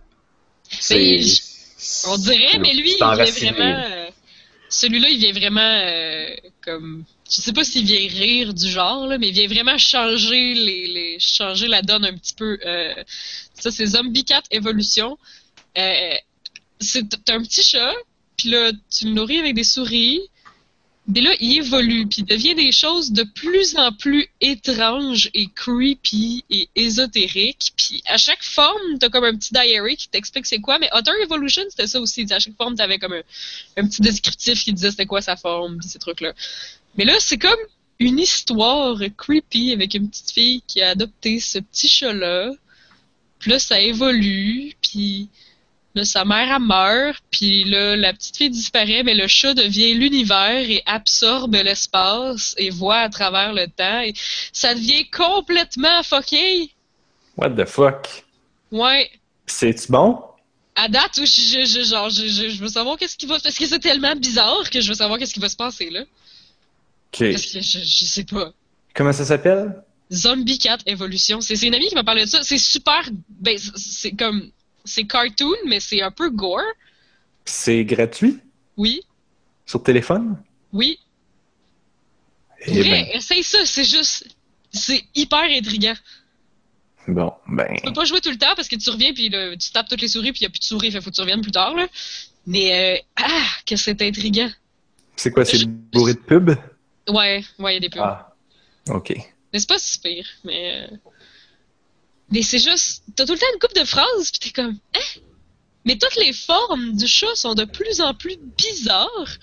On dirait, mais lui, il vient vraiment... celui-là, il vient vraiment comme... Je sais pas s'il vient rire du genre, là, mais il vient vraiment changer changer la donne un petit peu. Ça, c'est Zombie Cat Evolution. T'as un petit chat, puis là, tu le nourris avec des souris. Mais là, il évolue, puis il devient des choses de plus en plus étranges et creepy et ésotériques. Puis à chaque forme, t'as comme un petit diary qui t'explique c'est quoi. Mais Otter Evolution, c'était ça aussi. À chaque forme, t'avais comme un petit descriptif qui disait c'était quoi sa forme, puis ces trucs-là. Mais là, c'est comme une histoire creepy avec une petite fille qui a adopté ce petit chat-là. Puis là, ça évolue, puis... Là, sa mère, elle meurt, puis là, la petite fille disparaît, mais le chat devient l'univers et absorbe l'espace et voit à travers le temps. Et ça devient complètement fucké. What the fuck? Ouais. C'est-tu bon? À date, je veux savoir qu'est-ce qui va... Parce que c'est tellement bizarre que je veux savoir qu'est-ce qui va se passer, là. OK. Parce que je sais pas. Comment ça s'appelle? Zombie Cat Evolution. C'est une amie qui m'a parlé de ça. C'est super... Ben, c'est comme... C'est cartoon, mais c'est un peu gore. C'est gratuit? Oui. Sur téléphone? Oui. Eh vrai, essaye ça, c'est juste... C'est hyper intriguant. Bon, ben... Tu peux pas jouer tout le temps parce que tu reviens puis là, tu tapes toutes les souris puis il n'y a plus de souris, fait faut que tu reviennes plus tard, là. Mais, que c'est intriguant. C'est quoi, c'est bourré de pub? Ouais, il y a des pubs. Ah, OK. Mais c'est pas si pire, mais... Mais c'est juste... T'as tout le temps une couple de phrases pis t'es comme... Hein? Mais toutes les formes du chat sont de plus en plus bizarres.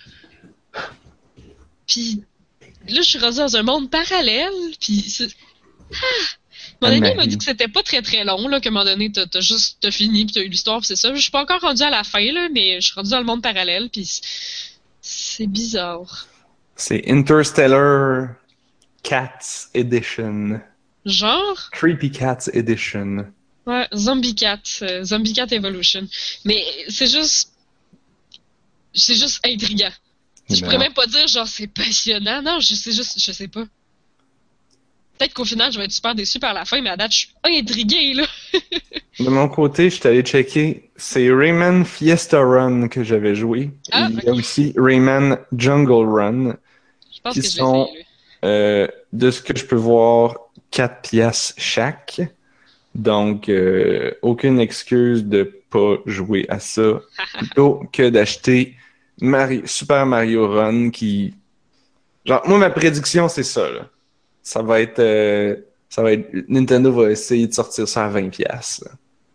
Puis là, je suis rendue dans un monde parallèle, puis... Mon ami m'a dit que c'était pas très très long, là, qu'à un moment donné, t'as fini, pis t'as eu l'histoire, pis c'est ça. Je suis pas encore rendue à la fin, là, mais je suis rendue dans le monde parallèle, pis c'est bizarre. C'est Interstellar Cats Edition. Genre? Creepy Cats Edition. Ouais, Zombie Cat Evolution. Mais c'est juste intriguant. Je pourrais même pas dire genre c'est passionnant. Non, je sais pas. Peut-être qu'au final, je vais être super déçu par la fin, mais à date, je suis intrigué, là. De mon côté, je suis allé checker. C'est Rayman Fiesta Run que j'avais joué. Ah, il y a aussi Rayman Jungle Run. Je pense qui que je sont, l'ai fait, de ce que je peux voir, 4 piastres chaque. Donc, aucune excuse de pas jouer à ça. Plutôt que d'acheter Super Mario Run qui... Genre, moi, ma prédiction, c'est ça, là. Ça va être... Nintendo va essayer de sortir ça à 20 piastres.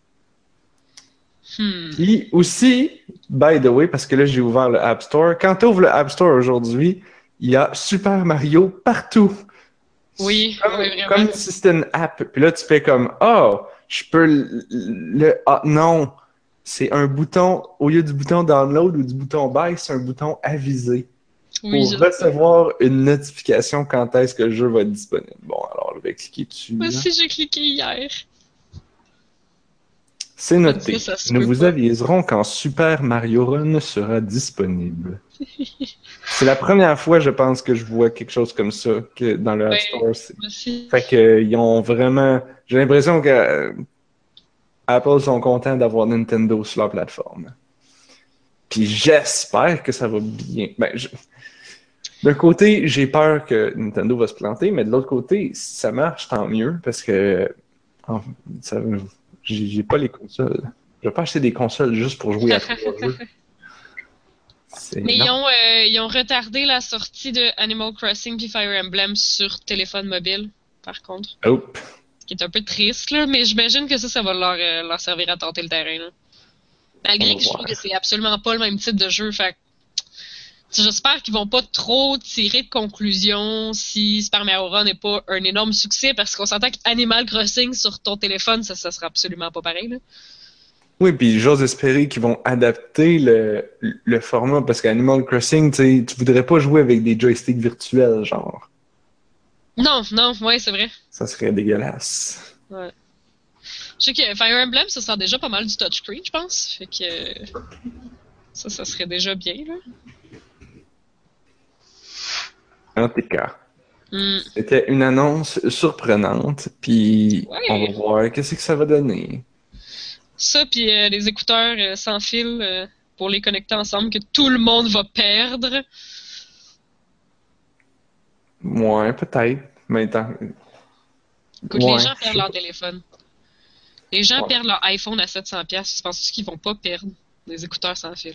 Puis aussi, by the way, parce que là, j'ai ouvert le App Store. Quand tu ouvres le App Store aujourd'hui, il y a Super Mario partout. Oui, vraiment. Comme si c'était une app. Puis là, tu fais comme, oh, je peux ah, non. C'est un bouton, au lieu du bouton download ou du bouton buy, c'est un bouton aviser. Oui, pour recevoir une notification quand est-ce que le jeu va être disponible. Bon, alors, je vais cliquer dessus. Moi aussi, j'ai cliqué hier. C'est noté. Ça se Nous peut vous pas. aviserons quand Super Mario Run sera disponible. C'est la première fois, je pense, que je vois quelque chose comme ça que dans le App Ben, Store. moi aussi. Fait que ils ont vraiment. J'ai l'impression que Apple sont contents d'avoir Nintendo sur leur plateforme. Puis j'espère que ça va bien. D'un côté, j'ai peur que Nintendo va se planter, mais de l'autre côté, si ça marche, tant mieux, parce que en- ça- j'ai pas les consoles. Je vais pas acheter des consoles juste pour jouer à 3 jeux. Mais Non. ils ont retardé la sortie de Animal Crossing puis Fire Emblem sur téléphone mobile, par contre. Oh. Ce qui est un peu triste, là, mais j'imagine que ça va leur servir à tenter le terrain. Là. Malgré que je trouve que c'est absolument pas le même type de jeu. Fait j'espère qu'ils vont pas trop tirer de conclusion si Super Mario Run n'est pas un énorme succès, parce qu'on s'entend qu'Animal Crossing sur ton téléphone, ça sera absolument pas pareil. Là. Oui, puis j'ose espérer qu'ils vont adapter le format, parce qu'Animal Crossing, tu voudrais pas jouer avec des joysticks virtuels, genre. Non, ouais, c'est vrai. Ça serait dégueulasse. Ouais. Je sais que Fire Emblem, ça sent déjà pas mal du touchscreen, je pense. Fait que ça serait déjà bien, là. En tout cas, Hmm. c'était une annonce surprenante, puis Ouais. on va voir qu'est-ce que ça va donner. Ça, puis les écouteurs sans fil pour les connecter ensemble que tout le monde va perdre. Ouais, peut-être. Mais Écoute, ouais, les gens je perdent sais leur pas. téléphone. Les gens Ouais. perdent leur iPhone à 700$. Tu penses qu'ils vont pas perdre des écouteurs sans fil?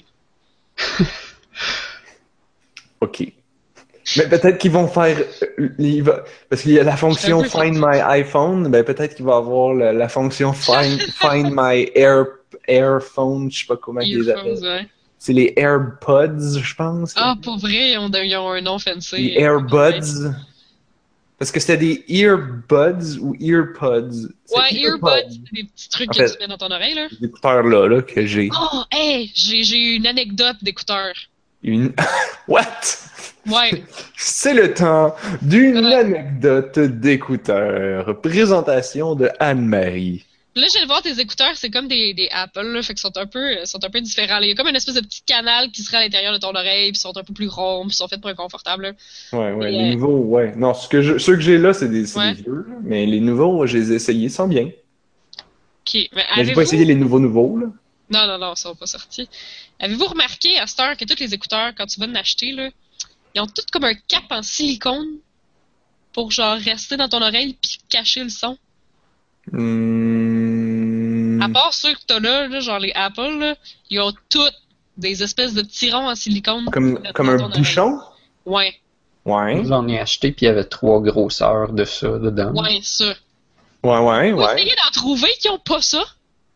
OK. Mais peut-être qu'ils vont faire. Parce qu'il y a la fonction peu Find sceptique. My iPhone, ben peut-être qu'il va avoir la fonction Find My Airphone, je sais pas comment ils les Earphones, appellent. ouais. C'est les AirPods, je pense. Ah, pour vrai, ils ont un nom fancy. Les AirBuds. Parce que c'était des earbuds ou earpods. C'est Ouais, earbuds, earpods. c'est des petits trucs En que tu fait, mets dans ton oreille, là. les écouteurs là que j'ai. Oh, hey, j'ai une anecdote d'écouteurs. Une. What? Ouais. C'est le temps d'une Ouais. anecdote d'écouteurs. Présentation de Anne-Marie. Là, je viens de voir tes écouteurs, c'est comme des Apple, là, fait qu'ils sont un peu différents. Là. Il y a comme une espèce de petit canal qui serait à l'intérieur de ton oreille, puis ils sont un peu plus ronds, puis ils sont faits pour être confortables. Là. Ouais, Et, les nouveaux, ouais. Non, ceux que j'ai là, c'est des ouais. vieux, là. Mais les nouveaux, je les ai essayés, ils sont bien. Ok. Mais Mais j'ai pas essayé les nouveaux, là. Non, ils sont pas sortis. Avez-vous remarqué à cette heure que tous les écouteurs, quand tu vas en acheter, là, ils ont tous comme un cap en silicone pour genre rester dans ton oreille puis cacher le son? À part ceux que t'as là, genre les Apple, là, ils ont tous des espèces de petits ronds en silicone Comme dans un ton oreille. bouchon? Ouais, Ouais. J'en ai acheté, puis il y avait 3 grosseurs de ça dedans. ouais, ça. Ouais. Vous essayez d'en trouver qui ont pas ça?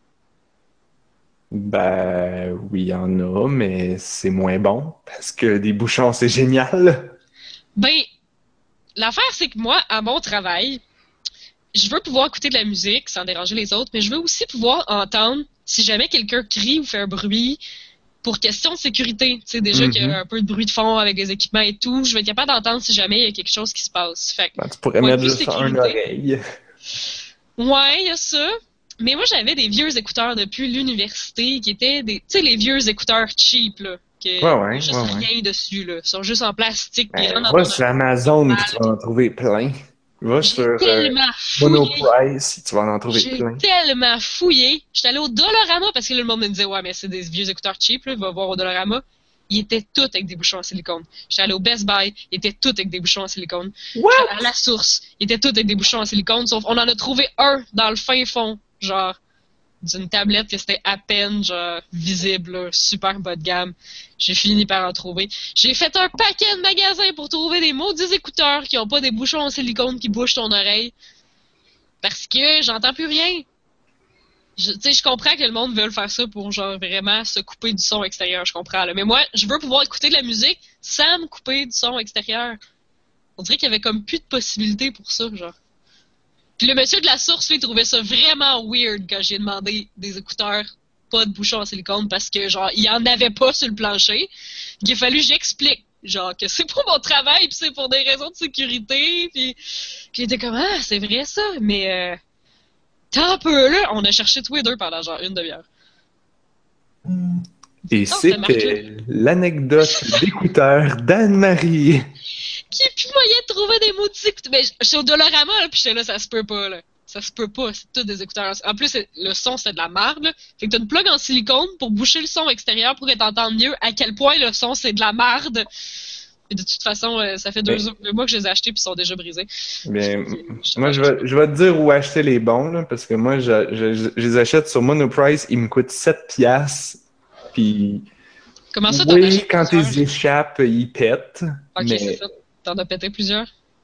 Ben, oui, il y en a, mais c'est moins bon. Parce que des bouchons, c'est génial. Ben, l'affaire, c'est que moi, à mon travail, je veux pouvoir écouter de la musique sans déranger les autres, mais je veux aussi pouvoir entendre si jamais quelqu'un crie ou fait un bruit pour question de sécurité. Tu sais, déjà qu'il y a un peu de bruit de fond avec les équipements et tout, je vais être capable d'entendre si jamais il y a quelque chose qui se passe. Fait que, Ben, tu pourrais point de mettre vue juste un sécurité, oreille. ouais, il y a ça. Mais moi, j'avais des vieux écouteurs depuis l'université qui étaient des, tu sais, les vieux écouteurs cheap, là. Que Ouais, y a juste rien dessus, là. Ils sont juste en plastique, puis ils rentrent dans Va ton sur oreille. Amazon, puis tu vas en trouver plein. Va J'ai sur tellement fouillé. Monoprice, tu vas en trouver J'ai plein. tellement fouillé. J'étais allé au Dollarama parce que là, le monde me disait, ouais, mais c'est des vieux écouteurs cheap, là, va voir au Dollarama. Ils étaient tous avec des bouchons en silicone. J'étais allé au Best Buy, ils étaient tous avec des bouchons en silicone. What? J'étais allé à la source, ils étaient tous avec des bouchons en silicone, sauf on en a trouvé un dans le fin fond, genre, d'une tablette que c'était à peine, genre, visible, là, super bas de gamme. J'ai fini par en trouver. J'ai fait un paquet de magasins pour trouver des maudits écouteurs qui ont pas des bouchons en silicone qui bouchent ton oreille. Parce que j'entends plus rien. Tu sais, je comprends que le monde veut faire ça pour genre vraiment se couper du son extérieur, je comprends. Là. Mais moi, je veux pouvoir écouter de la musique sans me couper du son extérieur. On dirait qu'il y avait comme plus de possibilités pour ça, genre. Puis le monsieur de la source, lui, il trouvait ça vraiment weird quand j'ai demandé des écouteurs, pas de bouchon en silicone, parce que genre, il y en avait pas sur le plancher. Il a fallu que j'explique, genre, que c'est pour mon travail, puis c'est pour des raisons de sécurité, puis il était comme, ah, c'est vrai ça, mais Tant peu, là, on a cherché tous les deux pendant genre une demi-heure. Et c'était l'anecdote d'écouteur d'Anne-Marie. Qui est plus moyen de trouver des maudits écouteurs. Mais je suis au Dolorama, là, pis j'étais là, ça se peut pas, là. Ça se peut pas, c'est tous des écouteurs. En plus, le son, c'est de la merde, là. Fait que t'as une plug en silicone pour boucher le son extérieur pour que t'entendes mieux à quel point le son, c'est de la merde. Et de toute façon, ça fait 2 mois que je les ai achetés puis ils sont déjà brisés. Bien, moi, je vais te dire où acheter les bons, là, parce que moi, je les achète sur Monoprice, ils me coûtent 7$. Puis, comment ça, oui, quand ils échappent, ils pètent. Ok, mais... c'est ça. T'en as pété plusieurs?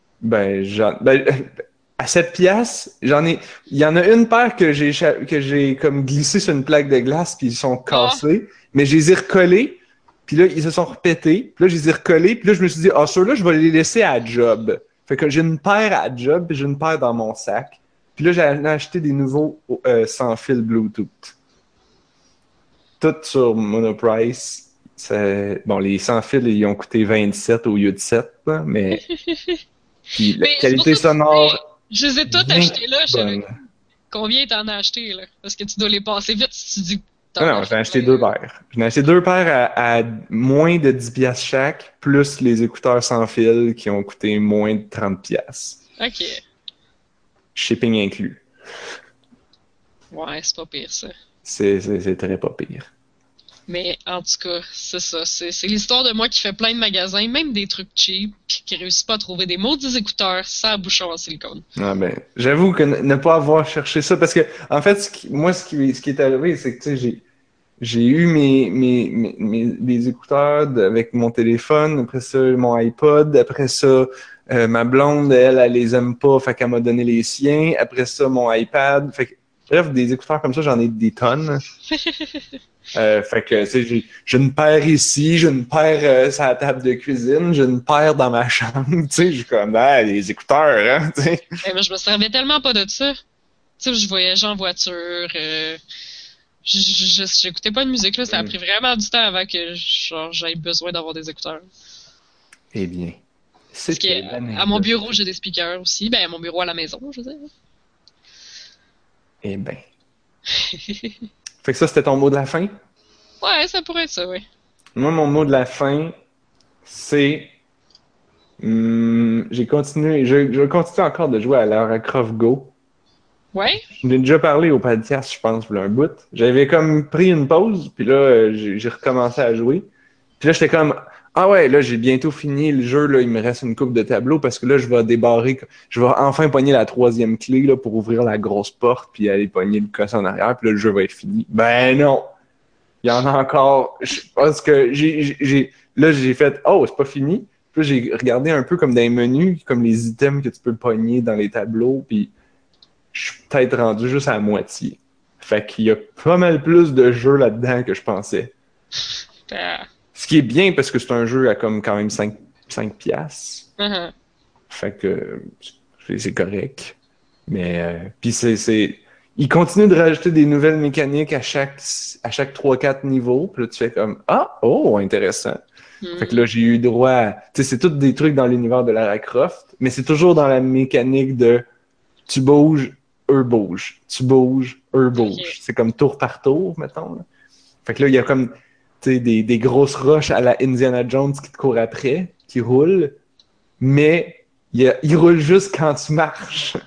À 7$, j'en ai. Il y en a une paire que j'ai comme glissé sur une plaque de glace, puis ils sont cassés. Mais je les ai recollés. Puis là, ils se sont repétés. Puis là, je les ai recollés. Puis là, je me suis dit, ceux-là, je vais les laisser à job. Fait que j'ai une paire à job, puis j'ai une paire dans mon sac. Puis là, j'ai acheté des nouveaux sans fil Bluetooth. Tout sur Monoprice. Bon, les sans fil, ils ont coûté 27 au lieu de 7, là, mais... Puis la qualité sonore... Je les ai toutes achetées là. Combien t'en as acheté, là? Parce que tu dois les passer vite si tu dis... Non, j'en ai acheté 2 paires. J'en ai acheté 2 paires à moins de 10$ chaque, plus les écouteurs sans fil qui ont coûté moins de 30$. Ok. Shipping inclus. Ouais, c'est pas pire, ça. C'est très pas pire. Mais en tout cas, c'est ça. C'est l'histoire de moi qui fait plein de magasins, même des trucs cheap, puis qui réussit pas à trouver des maudits écouteurs sans bouchon en silicone. Ah ben, j'avoue que ne pas avoir cherché ça, parce que en fait, ce qui est arrivé, c'est que tu sais, j'ai eu mes écouteurs avec mon téléphone, après ça, mon iPod, après ça, ma blonde, elle les aime pas, fait qu'elle m'a donné les siens, après ça, mon iPad, fait que, bref, des écouteurs comme ça, j'en ai des tonnes. Fait que, tu sais, j'ai une paire ici, j'ai une paire sur la table de cuisine, j'ai une paire dans ma chambre, tu sais, j'ai comme, les écouteurs, hein, tu sais. Mais je me servais tellement pas de ça. Tu sais, je voyageais en voiture, j'écoutais pas de musique, là, ça a pris vraiment du temps avant que, genre, j'aie besoin d'avoir des écouteurs. Eh bien, parce que, à mon bureau, j'ai des speakers aussi, ben, à mon bureau à la maison, je veux dire. Eh ben. Fait que ça, c'était ton mot de la fin? Ouais, ça pourrait être ça, oui. Moi, mon mot de la fin, c'est... j'ai continué... Je continue encore de jouer à Lara Croft Go. Ouais? Je l'ai déjà parlé au podcast, je pense, pour un bout. J'avais comme pris une pause, puis là, j'ai recommencé à jouer. Puis là, j'étais comme... Ah ouais, là, j'ai bientôt fini le jeu, là, il me reste une coupe de tableaux parce que là, je vais enfin pogner la 3e clé, là, pour ouvrir la grosse porte puis aller pogner le cosse en arrière, puis là, le jeu va être fini. Ben non! Il y en a encore. Je pense que j'ai fait, c'est pas fini. Puis là, j'ai regardé un peu comme dans les menus, comme les items que tu peux pogner dans les tableaux, puis je suis peut-être rendu juste à la moitié. Fait qu'il y a pas mal plus de jeux là-dedans que je pensais. Ce qui est bien parce que c'est un jeu à comme quand même 5$. Uh-huh. Fait que c'est correct. Mais puis il continue de rajouter des nouvelles mécaniques à chaque 3-4 niveaux. Puis là, tu fais comme intéressant. Fait que là, j'ai eu droit à... Tu sais, c'est tous des trucs dans l'univers de Lara Croft, mais c'est toujours dans la mécanique de tu bouges, eux bougent. Tu bouges, eux bougent. Okay. C'est comme tour par tour, mettons. Là. Fait que là, il y a comme des grosses roches à la Indiana Jones qui te courent après, qui roulent, mais ils roulent juste quand tu marches.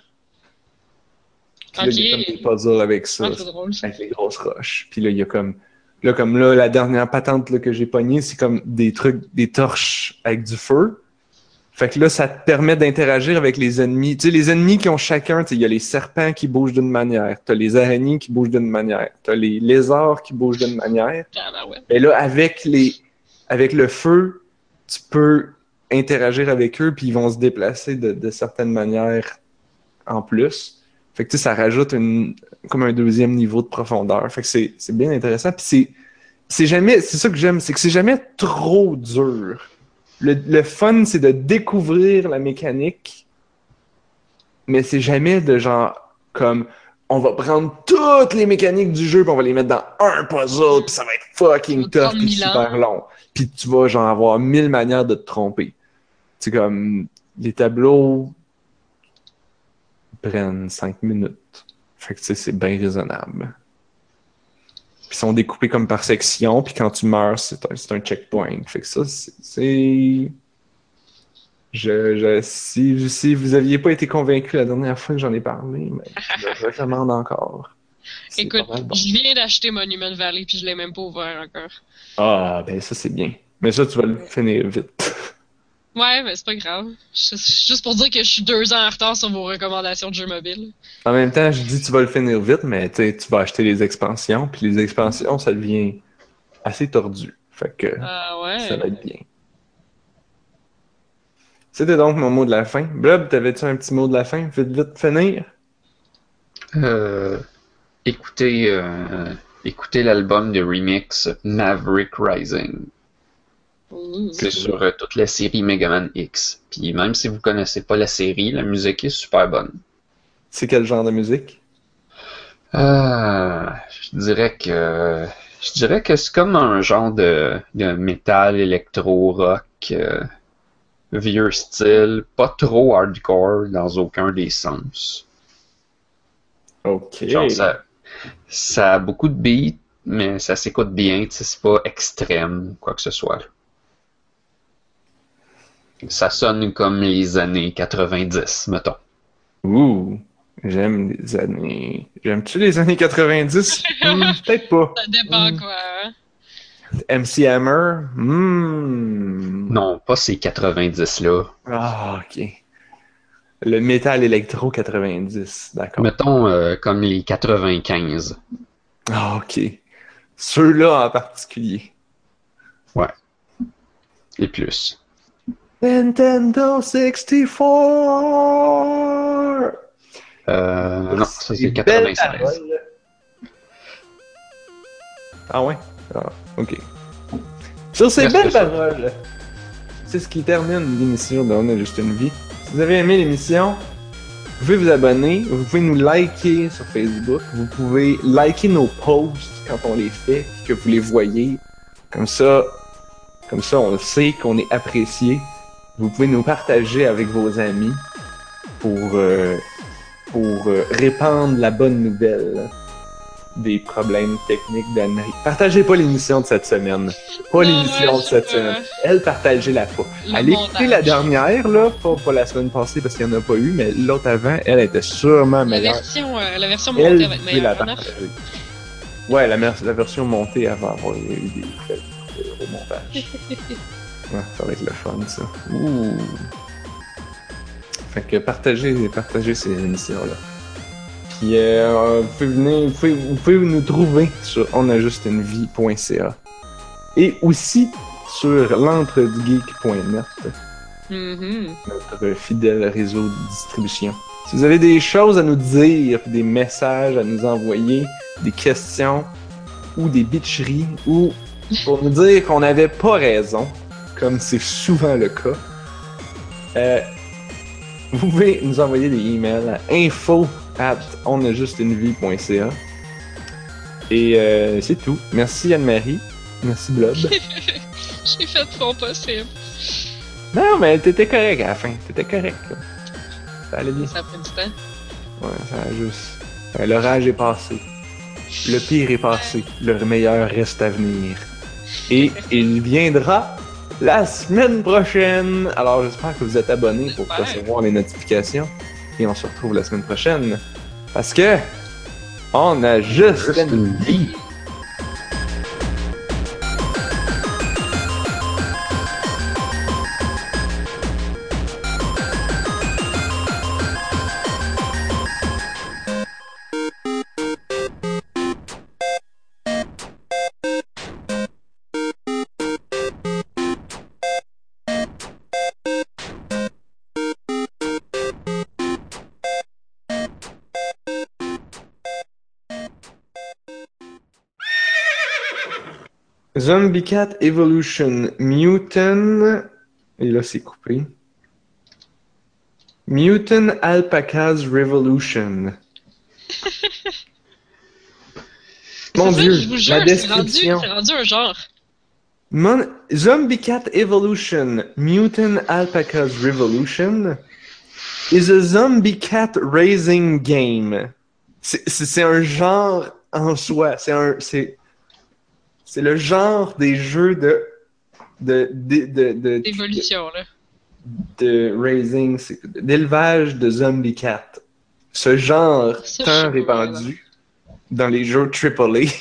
Puis là, il y a comme des puzzles avec ça, avec les grosses roches. Puis là, il y a comme la dernière patente là, que j'ai pognée, c'est comme des torches avec du feu. Fait que là, ça te permet d'interagir avec les ennemis. Tu sais, les ennemis qui ont chacun, tu sais, il y a les serpents qui bougent d'une manière, t'as les araignées qui bougent d'une manière, t'as les lézards qui bougent d'une manière. Et là, avec le feu, tu peux interagir avec eux, puis ils vont se déplacer de certaines manières en plus. Fait que tu sais, ça rajoute comme un 2e niveau de profondeur. Fait que c'est bien intéressant. Puis c'est ça que j'aime, c'est que c'est jamais trop dur. Le fun, c'est de découvrir la mécanique, mais c'est jamais de genre comme on va prendre toutes les mécaniques du jeu puis on va les mettre dans un puzzle puis ça va être fucking tough puis super long. Puis tu vas genre avoir 1000 manières de te tromper. C'est comme les tableaux prennent 5 minutes. Fait que tu sais, c'est bien raisonnable. Puis ils sont découpés comme par section, puis quand tu meurs, c'est un checkpoint. Fait que ça, c'est... Si vous aviez pas été convaincu la dernière fois que j'en ai parlé, mais je le recommande encore. C'est Écoute, pas mal bon. je viens d'acheter Monument Valley puis je l'ai même pas ouvert encore. Ah, ben ça c'est bien. Mais ça, tu vas le finir vite. Ouais, mais c'est pas grave. Juste pour dire que je suis 2 ans en retard sur vos recommandations de jeux mobiles. En même temps, je dis tu vas le finir vite, mais tu vas acheter les expansions, puis les expansions, ça devient assez tordu. Fait que Ah ouais. ça va être bien. C'était donc mon mot de la fin. Blob, t'avais-tu un petit mot de la fin? Vite, finir? Écoutez l'album de remix Maverick Rising. Ouh. C'est sur toute la série Mega Man X. Puis même si vous connaissez pas la série, la musique est super bonne. C'est quel genre de musique? Je dirais que c'est comme un genre de métal électro-rock vieux style, pas trop hardcore dans aucun des sens. Ok. Genre ça a beaucoup de beats, mais ça s'écoute bien, tu sais, c'est pas extrême, quoi que ce soit. Ça sonne comme les années 90, mettons. Ouh, j'aime les années... J'aime-tu les années 90? Peut-être pas. Ça dépend quoi. Hein? MC Hammer? Hmm. Non, pas ces 90-là. Ah, ok. Le métal électro 90, d'accord. Mettons comme les 95. Ah, ok. Ceux-là en particulier. Ouais. Et plus. Nintendo 64! Non, ça c'est Des belles 96. paroles. Ah ouais? Ah, ok. Sur ces Presque belles ça. paroles, c'est ce qui termine l'émission de On a juste une vie. Si vous avez aimé l'émission, vous pouvez vous abonner, vous pouvez nous liker sur Facebook, vous pouvez liker nos posts quand on les fait, puis que vous les voyez. Comme ça, on sait qu'on est apprécié. Vous pouvez nous partager avec vos amis pour répandre la bonne nouvelle des problèmes techniques d'Anne-Marie. Partagez pas l'émission de cette semaine. Pas Non, l'émission ouais, de cette je sais pas. semaine. Elle, partagez-la pas. Le Allez montage. écouter la dernière, là, pas la semaine passée parce qu'il n'y en a pas eu, mais l'autre avant, elle était sûrement La meilleure. version Elle, montée va être vous pouvez la meilleure. Hein? partager. Ouais, la version montée avant avoir eu des effets au montage. Ouais, ça va être le fun, ça. Ouh. Fait que partagez ces émissions-là. Puis vous pouvez nous trouver sur onajustunevie.ca et aussi sur l'entredugeek.net, Mhm. notre fidèle réseau de distribution. Si vous avez des choses à nous dire, des messages à nous envoyer, des questions ou des bitcheries, ou pour nous dire qu'on n'avait pas raison, comme c'est souvent le cas, vous pouvez nous envoyer des emails à info@onajustunevie.ca. Et c'est tout. Merci Anne-Marie. Merci Blob. J'ai fait mon possible. Non, mais t'étais correct à la fin. T'étais correct. Là. Ça allait bien. Ça a pris du temps. Ouais, ça a juste... L'orage est passé. Le pire est passé. Le meilleur reste à venir. Et il viendra la semaine prochaine. Alors, j'espère que vous êtes abonnés pour recevoir les notifications. Et on se retrouve la semaine prochaine. Parce que... on a juste une vie. Zombie Cat Evolution Mutant. Et là, c'est coupé. Mutant Alpacas Revolution. Mon C'est Dieu, ça, je vous jure, la description. c'est rendu un genre. Zombie Cat Evolution Mutant Alpacas Revolution is a zombie cat raising game. C'est un genre en soi. C'est le genre des jeux D'évolution, là. de raising, d'élevage de zombie cat. Ce genre Ça, je sais tant pas, répandu dans les jeux AAA.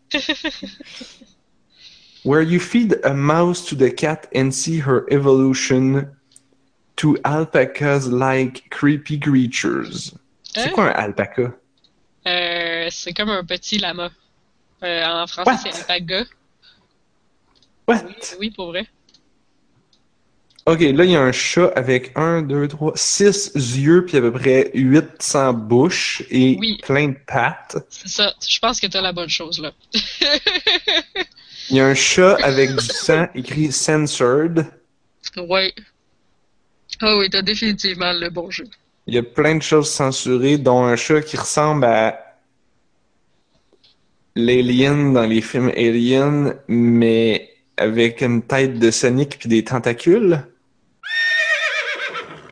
Where you feed a mouse to the cat and see her evolution to alpacas like creepy creatures. C'est Hein? quoi un alpaca? C'est comme un petit lama. En français, What? c'est alpaga. What? Oui, pour vrai. Ok, là, il y a un chat avec 6 yeux, puis à peu près 800 bouches et Oui. plein de pattes. C'est ça. Je pense que t'as la bonne chose, là. Il y a un chat avec du sang écrit censored. Ouais. Ah oui, t'as définitivement le bon jeu. Il y a plein de choses censurées, dont un chat qui ressemble à l'Alien dans les films Alien, mais avec une tête de Sonic puis des tentacules.